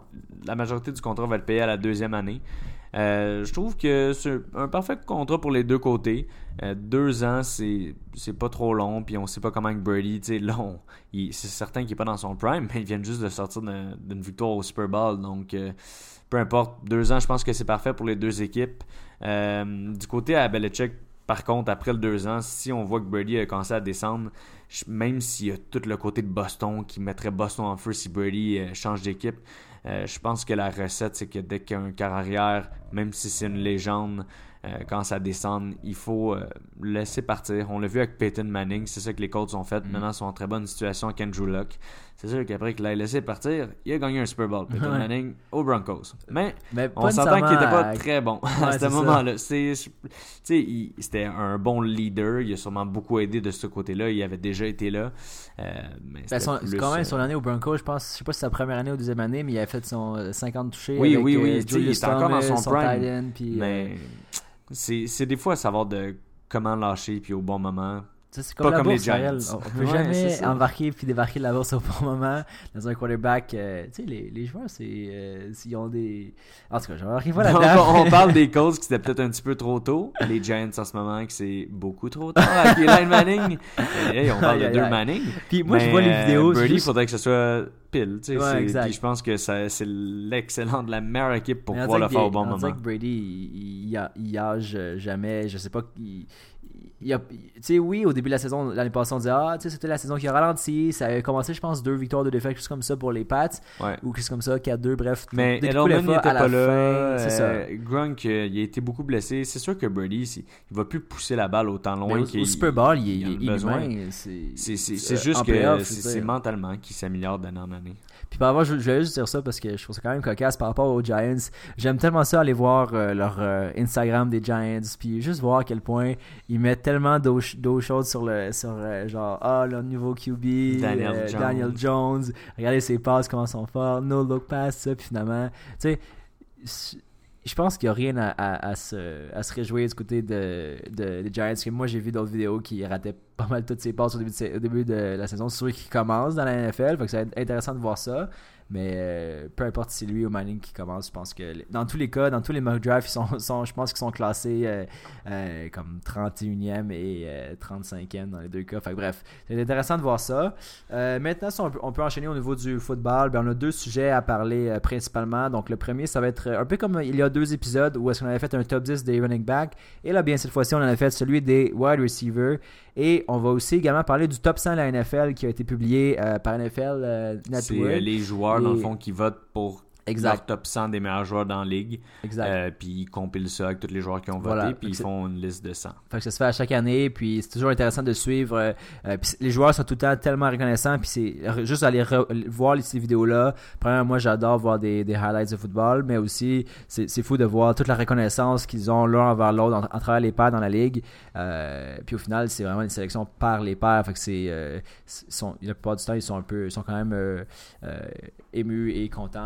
la majorité du contrat va le payer à la deuxième année. Euh, je trouve que c'est un parfait contrat pour les deux côtés. Euh, deux ans, c'est c'est pas trop long, puis on sait pas comment que Brady, tu sais, là, on- il- c'est certain qu'il est pas dans son prime, mais il vient juste de sortir d'un- d'une victoire au Super Bowl, donc euh, peu importe, deux ans, je pense que c'est parfait pour les deux équipes. Euh, du côté à Belichick, par contre, après le deux ans, si on voit que Brady a commencé à descendre, je- même s'il y a tout le côté de Boston qui mettrait Boston en feu si Brady euh, change d'équipe, euh, je pense que la recette, c'est que dès qu'il y a un quart arrière, même si c'est une légende, euh, quand ça descend, il faut euh, le laisser partir. On l'a vu avec Peyton Manning, c'est ça que les Colts ont fait. Mm. Maintenant, ils sont en très bonne situation avec Andrew Luck. C'est sûr qu'après qu'il l'a laissé partir, il a gagné un Super Bowl, Peyton Ouais. Manning, aux Broncos. Mais Mais on pas s'entend qu'il n'était pas nécessairement à- très bon à Ouais, ce c'est ça. moment-là. C'est, tu sais, il- c'était un bon leader. Il a sûrement beaucoup aidé de ce côté-là. Il avait déjà été là. Euh, mais Ben, c'était son- plus, quand même, euh, son année au Broncos, je pense, je sais pas si c'est sa première année ou deuxième année, mais il a fait son euh, cinquante touchés. Oui, avec, oui, euh, oui, tu sais, il Julius est encore dans Thomas, son prime, tight end, puis, mais euh, c'est, c'est des fois à savoir de comment lâcher puis au bon moment. tu sais, c'est comme pas la comme les bourse, Ariel. Giants. On on peut Ouais, jamais c'est ça. embarquer puis débarquer de la bourse au bon moment dans un quarterback. euh, tu sais, les, les joueurs, c'est euh, s'ils ont des. En tout cas, je n'arrive pas Donc, là-dedans. on parle des Colts qui c'était peut-être un petit peu trop tôt. Les Giants en ce moment qui c'est beaucoup trop tard avec Eli Manning. Et, hey, on parle Aïe, de aïe, deux aïe. Manning. Puis moi, je Mais, vois les vidéos. euh, c'est Brady, il juste- faudrait que ce soit pile. tu sais, Ouais, c'est- exact. Puis je pense que ça, c'est l'excellent de la meilleure équipe pour Mais on pouvoir le dirait faire au que- bon on moment. dirait que Brady, il, il, il âge jamais. Je sais pas. Il, il a- tu sais, oui, au début de la saison, l'année passée, on disait, ah, tu sais, c'était la saison qui a ralenti. Ça a commencé, je pense, deux victoires, deux défaites, quelque chose comme ça pour les Pats. Ouais. Ou quelque chose comme ça, quatre deux, bref. Mais des Edelman, coups de il fois était à la pas là. fin, c'est ça. Euh, Gronk, euh, il a été beaucoup blessé. C'est sûr que Brady, il, il va plus pousser la balle autant loin. Mais au, qu'il- au Super Bowl, il, il en a il est besoin. inhumain. C'est C'est, c'est, c'est euh, juste en que playoff, je c'est, veux c'est dire. mentalement qu'il s'améliore d'année en année. Puis par rapport, je, je voulais juste dire ça parce que je trouve ça quand même cocasse par rapport aux Giants. J'aime tellement ça aller voir euh, leur euh, Instagram des Giants, puis juste voir à quel point ils mettent tellement d'eau, ch- d'eau chaude sur le sur euh, genre ah le nouveau Q B Daniel euh, Jones. Daniel Jones. Regardez ses passes comment sont fortes, no look pass ça, puis finalement, tu sais, s- je pense qu'il n'y a rien à, à, à, se, à se réjouir du côté de, de, des Giants. Parce que moi, j'ai vu d'autres vidéos qui rataient pas mal toutes ses passes au début de, sa- au début de la saison. C'est sûr qu'il commence dans la N F L. Fait que ça va être intéressant de voir ça. Mais euh, peu importe si c'est lui ou Manning qui commence, je pense que les- dans tous les cas, dans tous les mock drafts, ils sont, sont, je pense qu'ils sont classés euh, euh, comme trente et unième et euh, trente-cinquième dans les deux cas. Fait que bref, c'est intéressant de voir ça. Euh, maintenant, si on, peut, on peut enchaîner au niveau du football. Ben, on a deux sujets à parler euh, principalement. Donc le premier, ça va être un peu comme il y a deux épisodes où est-ce qu'on avait fait un top dix des running backs. Et là, bien cette fois-ci, on en a fait celui des wide receivers. Et on va aussi également parler du top cent de la N F L qui a été publié euh, par N F L euh, Network. C'est euh, les joueurs, dans le Les- fond, qui votent pour Exact. leur top cent des meilleurs joueurs dans la ligue. Exact. Euh, puis ils compilent ça avec tous les joueurs qui ont voté, Voilà. puis ils C'est- font une liste de cent. Fait que ça se fait à chaque année, puis c'est toujours intéressant de suivre. euh, euh, puis les joueurs sont tout le temps tellement reconnaissants, puis c'est re- juste aller re- voir les- ces vidéos-là. Premièrement, moi j'adore voir des, des highlights de football, mais aussi c'est, c'est fou de voir toute la reconnaissance qu'ils ont l'un envers l'autre en, en travers les pairs dans la ligue. Euh, puis au final, c'est vraiment une sélection par les pairs. Fait que c'est, euh, c'est- sont, la plupart du temps, ils sont un peu, ils sont quand même euh, euh, émus et contents de voir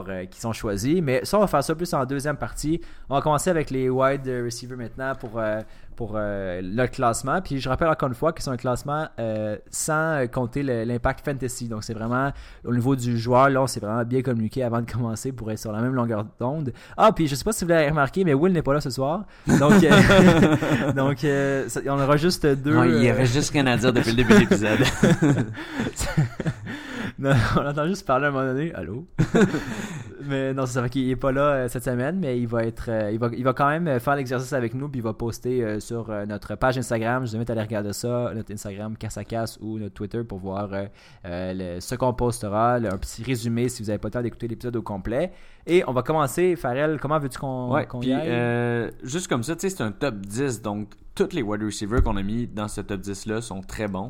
voir euh, qui sont choisis. Mais ça, on va faire ça plus en deuxième partie. On va commencer avec les wide receivers maintenant pour, euh, pour euh, le classement. Puis je rappelle encore une fois que c'est un classement euh, sans compter le, l'impact fantasy. Donc c'est vraiment au niveau du joueur, là, on s'est vraiment bien communiqué avant de commencer pour être sur la même longueur d'onde. Ah, puis je sais pas si vous l'avez remarqué, mais Will n'est pas là ce soir. Donc, euh, donc euh, ça, on aura juste deux. Ouais, il y avait juste rien à dire depuis le début de l'épisode. Non, on entend juste parler à un moment donné. Allô? Mais non, c'est vrai qu'il est pas là euh, cette semaine, mais il va être, euh, il va, il va quand même faire l'exercice avec nous, puis il va poster euh, sur euh, notre page Instagram. Je vous invite à aller regarder ça, notre Instagram Casse à Casse ou notre Twitter pour voir euh, euh, le, ce qu'on postera, le, un petit résumé si vous n'avez pas le temps d'écouter l'épisode au complet. Et on va commencer. Farrell, comment veux-tu qu'on, ouais, qu'on puis, y aille? Euh, juste comme ça, tu sais, c'est un top dix, donc tous les wide receivers qu'on a mis dans ce top dix-là sont très bons.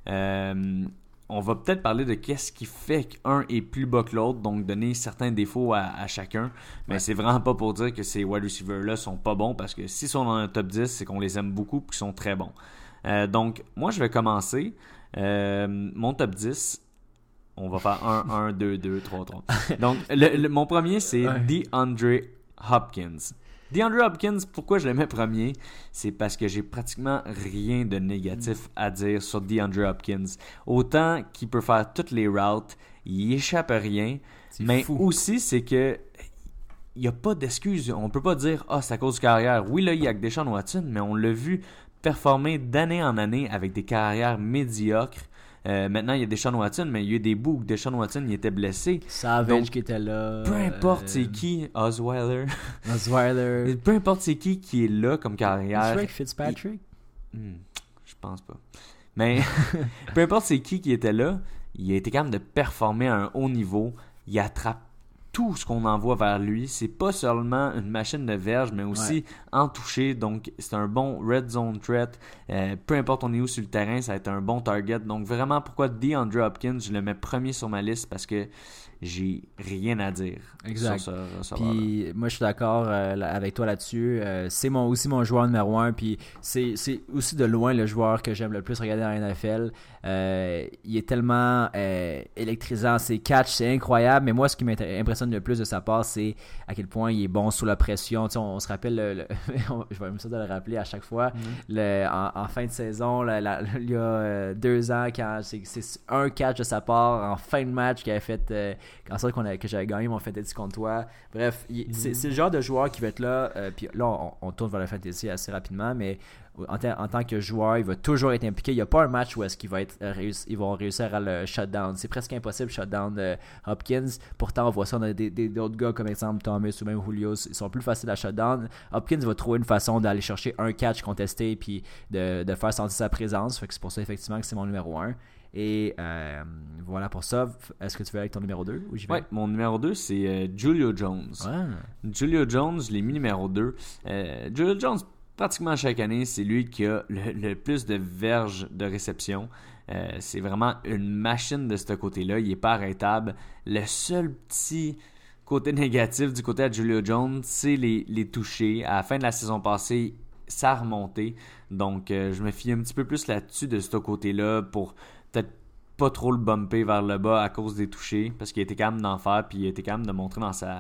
Euh, On va peut-être parler de qu'est-ce qui fait qu'un est plus bas que l'autre, donc donner certains défauts à, à chacun. Mais ouais. C'est vraiment pas pour dire que ces wide receivers-là sont pas bons, parce que s'ils sont dans un top dix, c'est qu'on les aime beaucoup et qu'ils sont très bons. Euh, donc, moi, je vais commencer. Euh, mon top dix, on va faire un, un, deux, deux, trois, trois. Donc, le, le, mon premier, c'est ouais. DeAndre Hopkins. DeAndre Hopkins, pourquoi je le mets premier? C'est parce que j'ai pratiquement rien de négatif à dire sur DeAndre Hopkins. Autant qu'il peut faire toutes les routes, il échappe à rien, c'est mais fou. Aussi c'est que il n'y a pas d'excuse. On peut pas dire « Ah, oh, c'est à cause de carrière ». Oui, là, il y a que Deshaun Watson, mais on l'a vu performer d'année en année avec des carrières médiocres. Euh, maintenant, il y a Deshaun Watson, mais il y a eu des bouts où Deshaun Watson il était blessé. Savage donc, qui était là. Peu importe euh... c'est qui, Osweiler. Osweiler. Peu importe c'est qui qui est là comme carrière. Drake Fitzpatrick? Il... Hmm, je pense pas. Mais peu importe c'est qui qui était là, il a été capable de performer à un haut niveau. Il attrape tout ce qu'on envoie vers lui. C'est pas seulement une machine de verge, mais aussi ouais. en toucher. Donc, c'est un bon red zone threat. Euh, peu importe on est où sur le terrain, ça va être un bon target. Donc, vraiment, pourquoi DeAndre Hopkins, je le mets premier sur ma liste parce que j'ai rien à dire exact. sur ce receveur. Puis moi, je suis d'accord euh, avec toi là-dessus. Euh, c'est mon, aussi mon joueur numéro un. Puis c'est, c'est aussi de loin le joueur que j'aime le plus regarder dans la N F L. Euh, il est tellement euh, électrisant. Ses catchs, c'est incroyable. Mais moi, ce qui m'impressionne le plus de sa part, c'est à quel point il est bon sous la pression. Tu sais, on, on se rappelle, le, le, je vais même ça de le rappeler à chaque fois, mm-hmm. le, en, en fin de saison, la, la, il y a euh, deux ans, quand c'est, c'est un catch de sa part en fin de match qui avait fait... Euh, en sorte qu'on a, que j'avais gagné mon fantasy contre toi. Bref, il, mm-hmm. c'est, c'est le genre de joueur qui va être là. Euh, puis là, on, on tourne vers le fantasy assez rapidement, mais en, t- en tant que joueur, il va toujours être impliqué. Il n'y a pas un match où est-ce qu'il va être réussi, ils vont réussir à le shutdown. C'est presque impossible shutdown euh, Hopkins. Pourtant, on voit ça dans des, des, d'autres gars comme exemple Thomas ou même Julio. Ils sont plus faciles à shutdown. Hopkins va trouver une façon d'aller chercher un catch contesté puis de, de faire sentir sa présence. Fait que c'est pour ça effectivement que c'est mon numéro un. Et euh, voilà pour ça. Est-ce que tu veux avec ton numéro deux ou j'y vais? Ouais, mon numéro deux, c'est euh, Julio Jones. Ouais. Julio Jones, je l'ai mis numéro deux. Euh, Julio Jones, pratiquement chaque année, c'est lui qui a le, le plus de verges de réception. Euh, c'est vraiment une machine de ce côté-là. Il n'est pas arrêtable. Le seul petit côté négatif du côté de Julio Jones, c'est les, les touchés. À la fin de la saison passée, ça a remonté. Donc, euh, je me fie un petit peu plus là-dessus de ce côté-là pour peut-être pas trop le bumper vers le bas à cause des touchés, parce qu'il était capable d'en faire, puis il était capable de montrer dans sa,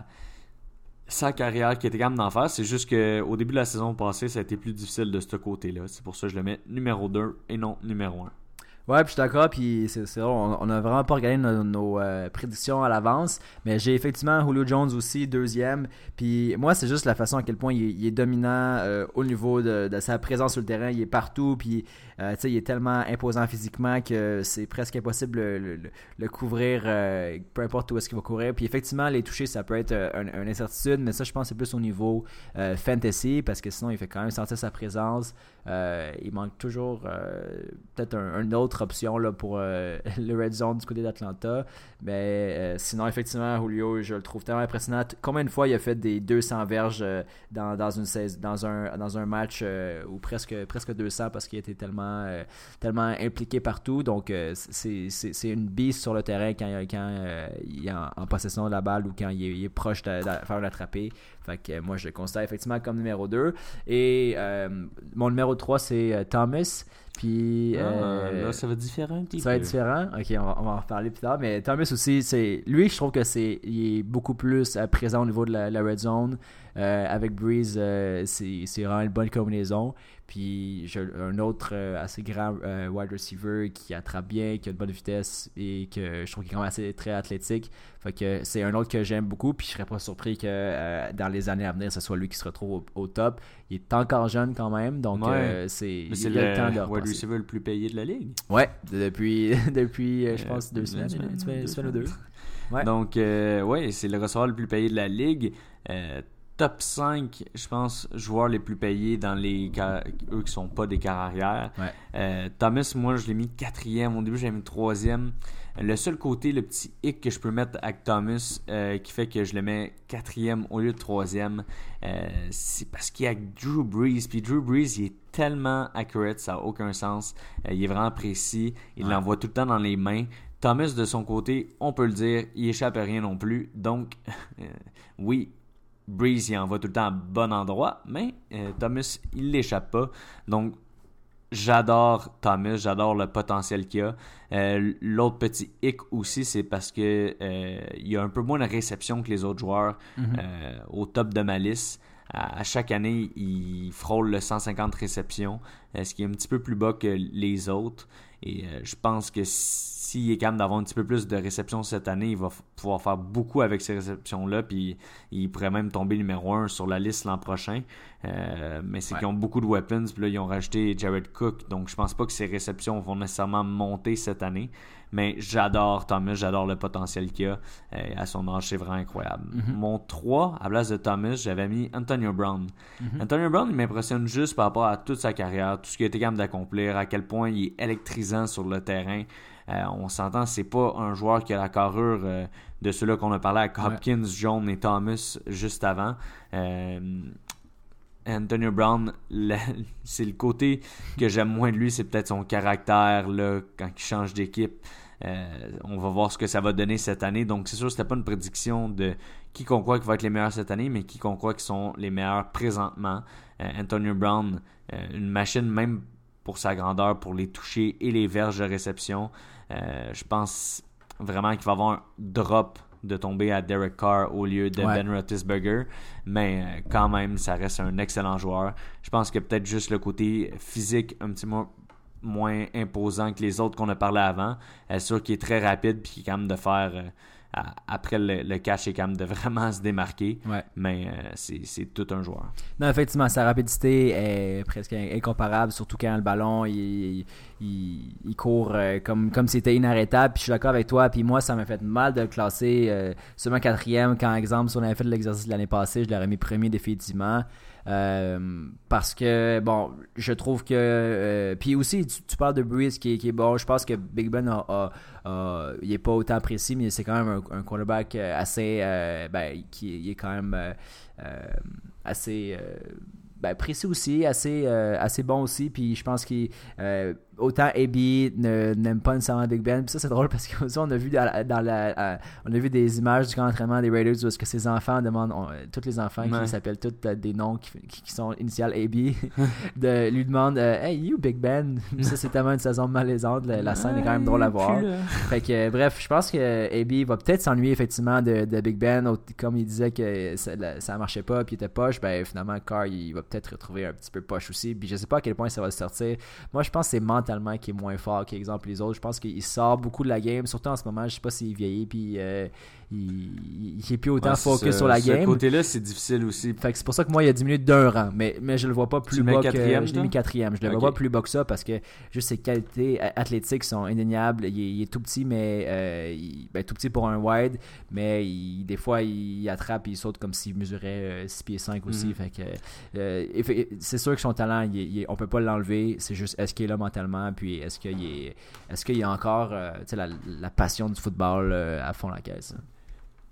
sa carrière qu'il était capable d'en faire. C'est juste qu'au début de la saison passée, ça a été plus difficile de ce côté-là. C'est pour ça que je le mets numéro deux et non numéro un. Ouais, puis je suis d'accord, puis c'est, c'est on, on a vraiment pas regardé nos, nos euh, prédictions à l'avance, mais j'ai effectivement Julio Jones aussi, deuxième, puis moi, c'est juste la façon à quel point il est, il est dominant euh, au niveau de, de sa présence sur le terrain, il est partout, puis euh, tu sais, il est tellement imposant physiquement que c'est presque impossible de le, le, le couvrir, euh, peu importe où est-ce qu'il va courir, puis effectivement, les toucher, ça peut être une un incertitude, mais ça, je pense que c'est plus au niveau euh, fantasy, parce que sinon, il fait quand même sentir sa présence, euh, il manque toujours euh, peut-être un, un autre option là, pour euh, le red zone du côté d'Atlanta, mais euh, sinon effectivement Julio, je le trouve tellement impressionnant. Combien de fois il a fait des deux cents verges euh, dans, dans une saison, dans un dans un match euh, ou presque presque deux cents parce qu'il était tellement euh, tellement impliqué partout, donc euh, c'est, c'est c'est une bise sur le terrain quand, quand euh, il est en, en possession de la balle ou quand il est, il est proche de, de faire l'attraper. Fait que euh, moi je le considère effectivement comme numéro deux, et euh, mon numéro trois c'est euh, Thomas. Puis, Ah, euh, là, ça va être différent un petit ça va être peu. différent. Ok, on va, on va en reparler plus tard. Mais Thomas aussi, c'est lui, je trouve que c'est il est beaucoup plus euh, présent au niveau de la, la red zone. Euh, avec Breeze, euh, c'est, c'est vraiment une bonne combinaison. Puis j'ai un autre euh, assez grand euh, wide receiver qui attrape bien, qui a une bonne vitesse et que je trouve qu'il est quand même assez très athlétique. Fait que c'est un autre que j'aime beaucoup. Puis je serais pas surpris que euh, dans les années à venir, ce soit lui qui se retrouve au, au top. Il est encore jeune quand même, donc Ouais. euh, c'est, Mais c'est il y a le, le temps de le wide repasser. receiver le plus payé de la ligue. Ouais, depuis, depuis euh, je Euh, pense, deux deux semaines, semaines, une semaine, deux semaine ou deux. semaines. Ouais. Donc, euh, ouais, c'est le receveur le plus payé de la ligue. Euh, top cinq, je pense, joueurs les plus payés dans les car- eux qui sont pas des carrières. Ouais. Euh, Thomas, moi, je l'ai mis quatrième. Au début, j'avais mis troisième. Le seul côté, le petit hic que je peux mettre avec Thomas, euh, qui fait que je le mets quatrième au lieu de troisième, euh, c'est parce qu'il y a Drew Brees. Puis Drew Brees, il est tellement accurate, ça n'a aucun sens. Euh, il est vraiment précis. Il Ouais. l'envoie tout le temps dans les mains. Thomas, de son côté, on peut le dire, il échappe à rien non plus. Donc, euh, oui, Breeze, il envoie tout le temps à bon endroit, mais euh, Thomas, il l'échappe pas. Donc, j'adore Thomas, j'adore le potentiel qu'il a. Euh, l'autre petit hic aussi, c'est parce que euh, il y a un peu moins de réception que les autres joueurs Mm-hmm. euh, au top de ma liste. À, à chaque année, il frôle le cent cinquante réceptions, euh, ce qui est un petit peu plus bas que les autres. Et euh, je pense que s'il est capable d'avoir un petit peu plus de réceptions cette année, il va f- pouvoir faire beaucoup avec ces réceptions-là, puis il pourrait même tomber numéro un sur la liste l'an prochain. Euh, mais c'est Ouais. qu'ils ont beaucoup de weapons, puis là, ils ont rajouté Jared Cook, donc je pense pas que ses réceptions vont nécessairement monter cette année. Mais j'adore Thomas, j'adore le potentiel qu'il a. Euh, à son âge, c'est vraiment incroyable. Mm-hmm. Mon trois, à place de Thomas, j'avais mis Antonio Brown. Mm-hmm. Antonio Brown, il m'impressionne juste par rapport à toute sa carrière, tout ce qu'il a été capable d'accomplir, à quel point il est électrisant sur le terrain. Euh, on s'entend, c'est pas un joueur qui a la carrure euh, de ceux-là qu'on a parlé avec Hopkins, Jones et Thomas juste avant. Euh, Antonio Brown, la- c'est le côté que j'aime moins de lui, c'est peut-être son caractère là, quand il change d'équipe. Euh, on va voir ce que ça va donner cette année. Donc, c'est sûr, c'était pas une prédiction de qui qu'on croit qui va être les meilleurs cette année, mais qui qu'on croit qui sont les meilleurs présentement. Euh, Antonio Brown, euh, une machine même pour sa grandeur, pour les toucher et les verges de réception. Euh, je pense vraiment qu'il va avoir un drop de tomber à Derek Carr au lieu de Ouais. Ben Roethlisberger, mais euh, quand même, ça reste un excellent joueur. Je pense que peut-être juste le côté physique un petit peu moins imposant que les autres qu'on a parlé avant. C'est sûr qu'il est très rapide puis qu'il est capable de faire euh, à- après le, le catch, il est capable de vraiment se démarquer, Ouais. mais euh, c'est, c'est tout un joueur. Non, effectivement, sa rapidité est presque incomparable, surtout quand le ballon, il, il, il court euh, comme, comme si c'était inarrêtable. Puis je suis d'accord avec toi. Puis moi, ça m'a fait mal de le classer euh, seulement quatrième. Quand, exemple, si on avait fait l'exercice de l'année passée, je l'aurais mis premier définitivement. Euh, parce que, bon, je trouve que... Euh, puis aussi, tu, tu parles de Breeze qui, est- qui est bon. Je pense que Big Ben a, a, a- il est pas autant précis, mais c'est quand même un, un quarterback assez... Euh, ben, qui il est quand même euh, euh, assez... Euh, ben, précis aussi, assez, euh, assez bon aussi. Puis je pense qu'il... Euh, autant A B ne, n'aime pas nécessairement Big Ben. Puis ça, c'est drôle parce qu'on on a vu dans la, dans la euh, on a vu des images du camp d'entraînement des Raiders où est-ce que ces enfants demandent, on, tous les enfants Ouais. qui s'appellent tous euh, des noms qui, qui, qui sont initiales A B, de, lui demandent euh, Hey, you Big Ben. Ça, c'est tellement une saison malaisante. La, la scène est quand même drôle à voir. Fait que, euh, bref, je pense que A B va peut-être s'ennuyer effectivement de, de Big Ben. Comme il disait que ça, la, ça marchait pas puis il était poche, ben finalement, Carr, il va peut-être retrouver un petit peu poche aussi. Puis je sais pas à quel point ça va se sortir. Moi, je pense que c'est mentalement qui est moins fort qu'exemple les autres. Je pense qu'il sort beaucoup de la game, surtout en ce moment. Je sais pas s'il vieillit puis euh, il, il est plus autant Ouais, focus ce, sur la ce game. côté-là, c'est difficile aussi. Fait que c'est pour ça que moi, il a diminué d'un rang. Mais, mais je le vois pas plus Tu le mets bas que... quatrième, Je l'ai toi? mis quatrième. Je le Ok. vois pas plus bas que ça parce que juste ses qualités athlétiques sont indéniables. Il est, il est tout petit, mais... Euh, il, ben, tout petit pour un wide, mais il, des fois, il attrape et il saute comme s'il mesurait euh, six pieds cinq aussi. Mhm. Fait que... Euh, effe- c'est sûr que son talent, il est- il est- on peut pas l'enlever. C'est juste, est-ce qu'il est là mentalement? Puis est-ce qu'il est... Est-ce qu'il y a encore euh, tu sais, la, la passion du football euh, à fond la caisse?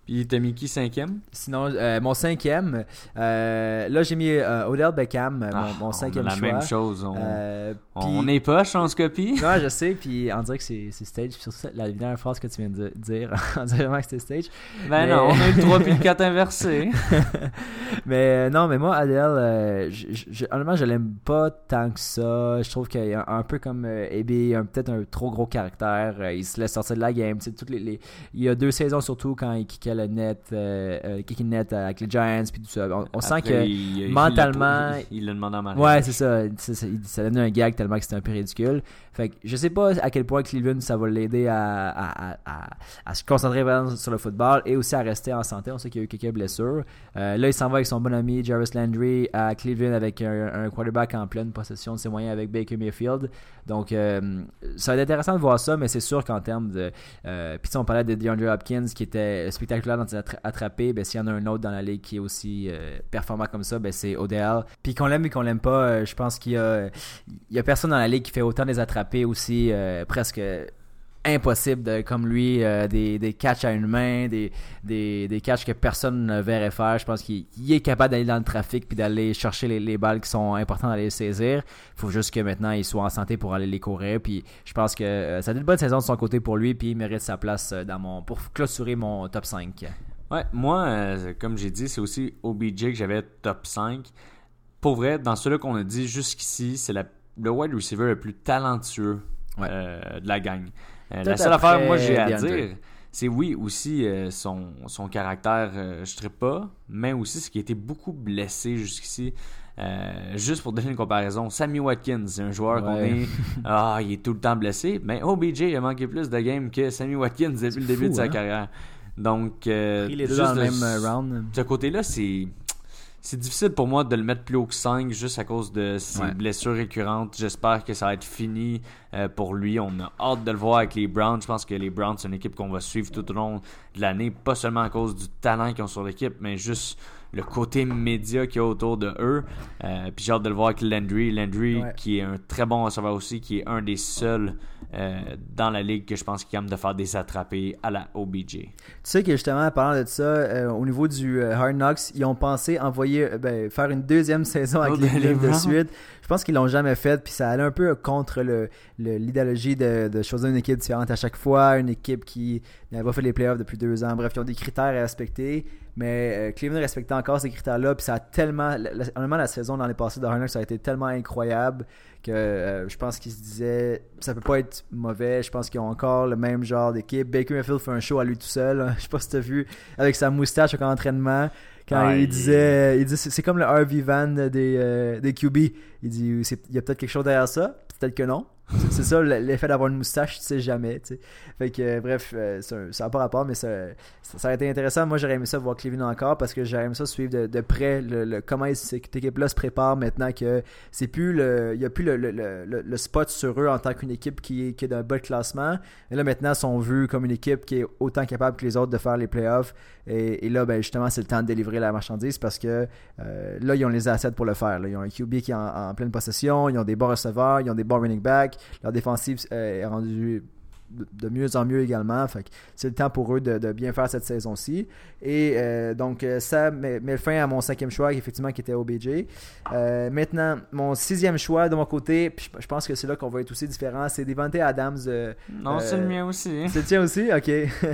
Puis t'as mis qui cinquième? Sinon, euh, mon cinquième, euh, là j'ai mis euh, Odell Beckham, mon, Ah, mon cinquième on a la choix. même chose. On, Euh, on puis- est poche en Scopie. Ouais, je sais, puis on dirait que c'est, c'est stage. Puis sur ça, la dernière phrase que tu viens de dire, on dirait vraiment que c'était stage. Ben Mais- non, on a eu le trois puis le quatre inversé. mais euh, non, mais moi, Adele, euh, je- je- honnêtement, je l'aime pas tant que ça. Je trouve qu'il est un, un peu comme euh, A B, un, peut-être un trop gros caractère. Euh, il se laisse sortir de la game. Tu sais, toutes les, les- il y a deux saisons surtout quand il kickait le net, euh, euh, kicking net avec les Giants, puis tout ça. On, on sent Après, que il- il- mentalement- Il l'a- il l'a demandé en mariage. ouais, c'est ça. C'est- c'est- il- ça donnait un gag tellement que c'était un peu ridicule. Fait que je sais pas à quel point Cleveland ça va l'aider à, à, à, à, à se concentrer vraiment sur le football et aussi à rester en santé. On sait qu'il y a eu quelques blessures. Euh, là, il s'en va avec son bon ami Jarvis Landry à Cleveland avec un, un quarterback en pleine possession de ses moyens avec Baker Mayfield. Donc, euh, ça va être intéressant de voir ça, mais c'est sûr qu'en termes de. Euh, Puis, on parlait de DeAndre Hopkins qui était spectaculaire dans ses attra- attrapés. Ben, s'il y en a un autre dans la ligue qui est aussi euh, performant comme ça, ben, c'est Odell. Puis, qu'on l'aime ou qu'on l'aime pas, euh, je pense qu'il y a, il y a personne dans la ligue qui fait autant des attrapés aussi, euh, presque impossible de, comme lui, euh, des, des catchs à une main, des, des, des catchs que personne ne verrait faire. Je pense qu'il il est capable d'aller dans le trafic puis d'aller chercher les, les balles qui sont importantes d'aller les saisir. Il faut juste que maintenant il soit en santé pour aller les courir. Puis je pense que euh, ça a été une bonne saison de son côté pour lui, puis il mérite sa place euh, dans mon pour clôturer mon top cinq. Ouais, moi, euh, comme j'ai dit, c'est aussi O B J que j'avais top cinq. Pour vrai, dans ceux-là qu'on a dit jusqu'ici, c'est la, le wide receiver le plus talentueux Ouais. euh, de la gang. Euh, Tout la seule après affaire, moi, j'ai à DeAndre. dire, c'est oui, aussi euh, son, son caractère, euh, je ne pas, mais aussi ce qui a été beaucoup blessé jusqu'ici. Euh, juste pour donner une comparaison, Sammy Watkins, c'est un joueur qu'on Ouais. est. Ah, il est tout le temps blessé. Mais O B J a manqué plus de games que Sammy Watkins depuis C'est le début fou, de sa hein? carrière. Donc, euh, Pris les deux juste dans le de même euh, round. ce côté-là, c'est. C'est difficile pour moi de le mettre plus haut que cinq juste à cause de ses Ouais. blessures récurrentes. J'espère que ça va être fini euh, pour lui. On a hâte de le voir avec les Browns. Je pense que les Browns, c'est une équipe qu'on va suivre tout au long de l'année. Pas seulement à cause du talent qu'ils ont sur l'équipe, mais juste le côté média qu'il y a autour de eux. Euh, puis j'ai hâte de le voir avec Landry. Landry, Ouais. qui est un très bon receveur aussi, qui est un des seuls euh, dans la ligue que je pense qu'il aime de faire des attrapés à la O B J. Tu sais que justement, en parlant de ça, euh, au niveau du euh, Hard Knocks, ils ont pensé envoyer, euh, ben, faire une deuxième saison avec Oh, les les Cleveland de Browns. suite. Je pense qu'ils l'ont jamais fait, puis ça allait un peu contre le, le- l'idéologie de, de choisir une équipe différente à chaque fois, une équipe qui n'avait pas fait les playoffs depuis deux ans. Bref, ils ont des critères à respecter, mais euh, Cleveland respectait encore ces critères-là, puis ça a tellement, la, la- honnêtement, la saison dans les passés de Hard Knocks, ça a été tellement incroyable que euh, je pense qu'ils se disaient ça peut pas être mauvais. Je pense qu'ils ont encore le même genre d'équipe. Baker Mayfield fait un show à lui tout seul. Je sais pas si t'as vu avec sa moustache au camp d'entraînement quand Ah, il, il- disait il dit c'est, c'est comme le R V Van des, euh, des Q B. Il dit c'est, il y a peut-être quelque chose derrière ça, peut-être que non. C'est, c'est ça l'effet d'avoir une moustache, tu sais jamais. Tu sais. Fait que euh, bref, euh, ça n'a pas rapport, mais ça, ça, ça aurait été intéressant. Moi j'aurais aimé ça voir Cleveland encore parce que j'aurais aimé ça suivre de, de près le, le, comment cette équipe-là se prépare maintenant que c'est plus le. Il n'y a plus le, le, le, le spot sur eux en tant qu'une équipe qui est, qui est d'un bas de classement. Et là maintenant ils sont vus comme une équipe qui est autant capable que les autres de faire les playoffs. Et, et là, ben, justement, c'est le temps de délivrer la marchandise parce que euh, là, ils ont les assets pour le faire. Là. Ils ont un Q B qui est en, en pleine possession, ils ont des bons receveurs, ils ont des bons running backs. Leur défensive euh, est rendue de, de mieux en mieux également. Fait que c'est le temps pour eux de, de bien faire cette saison-ci. Et euh, donc, ça met, met fin à mon cinquième choix, effectivement, qui était O B J. Euh, maintenant, mon sixième choix de mon côté, puis je, je pense que c'est là qu'on va être aussi différent, c'est Devante Adams. Euh, Non, euh, c'est le mien aussi. C'est le tien aussi? Ok.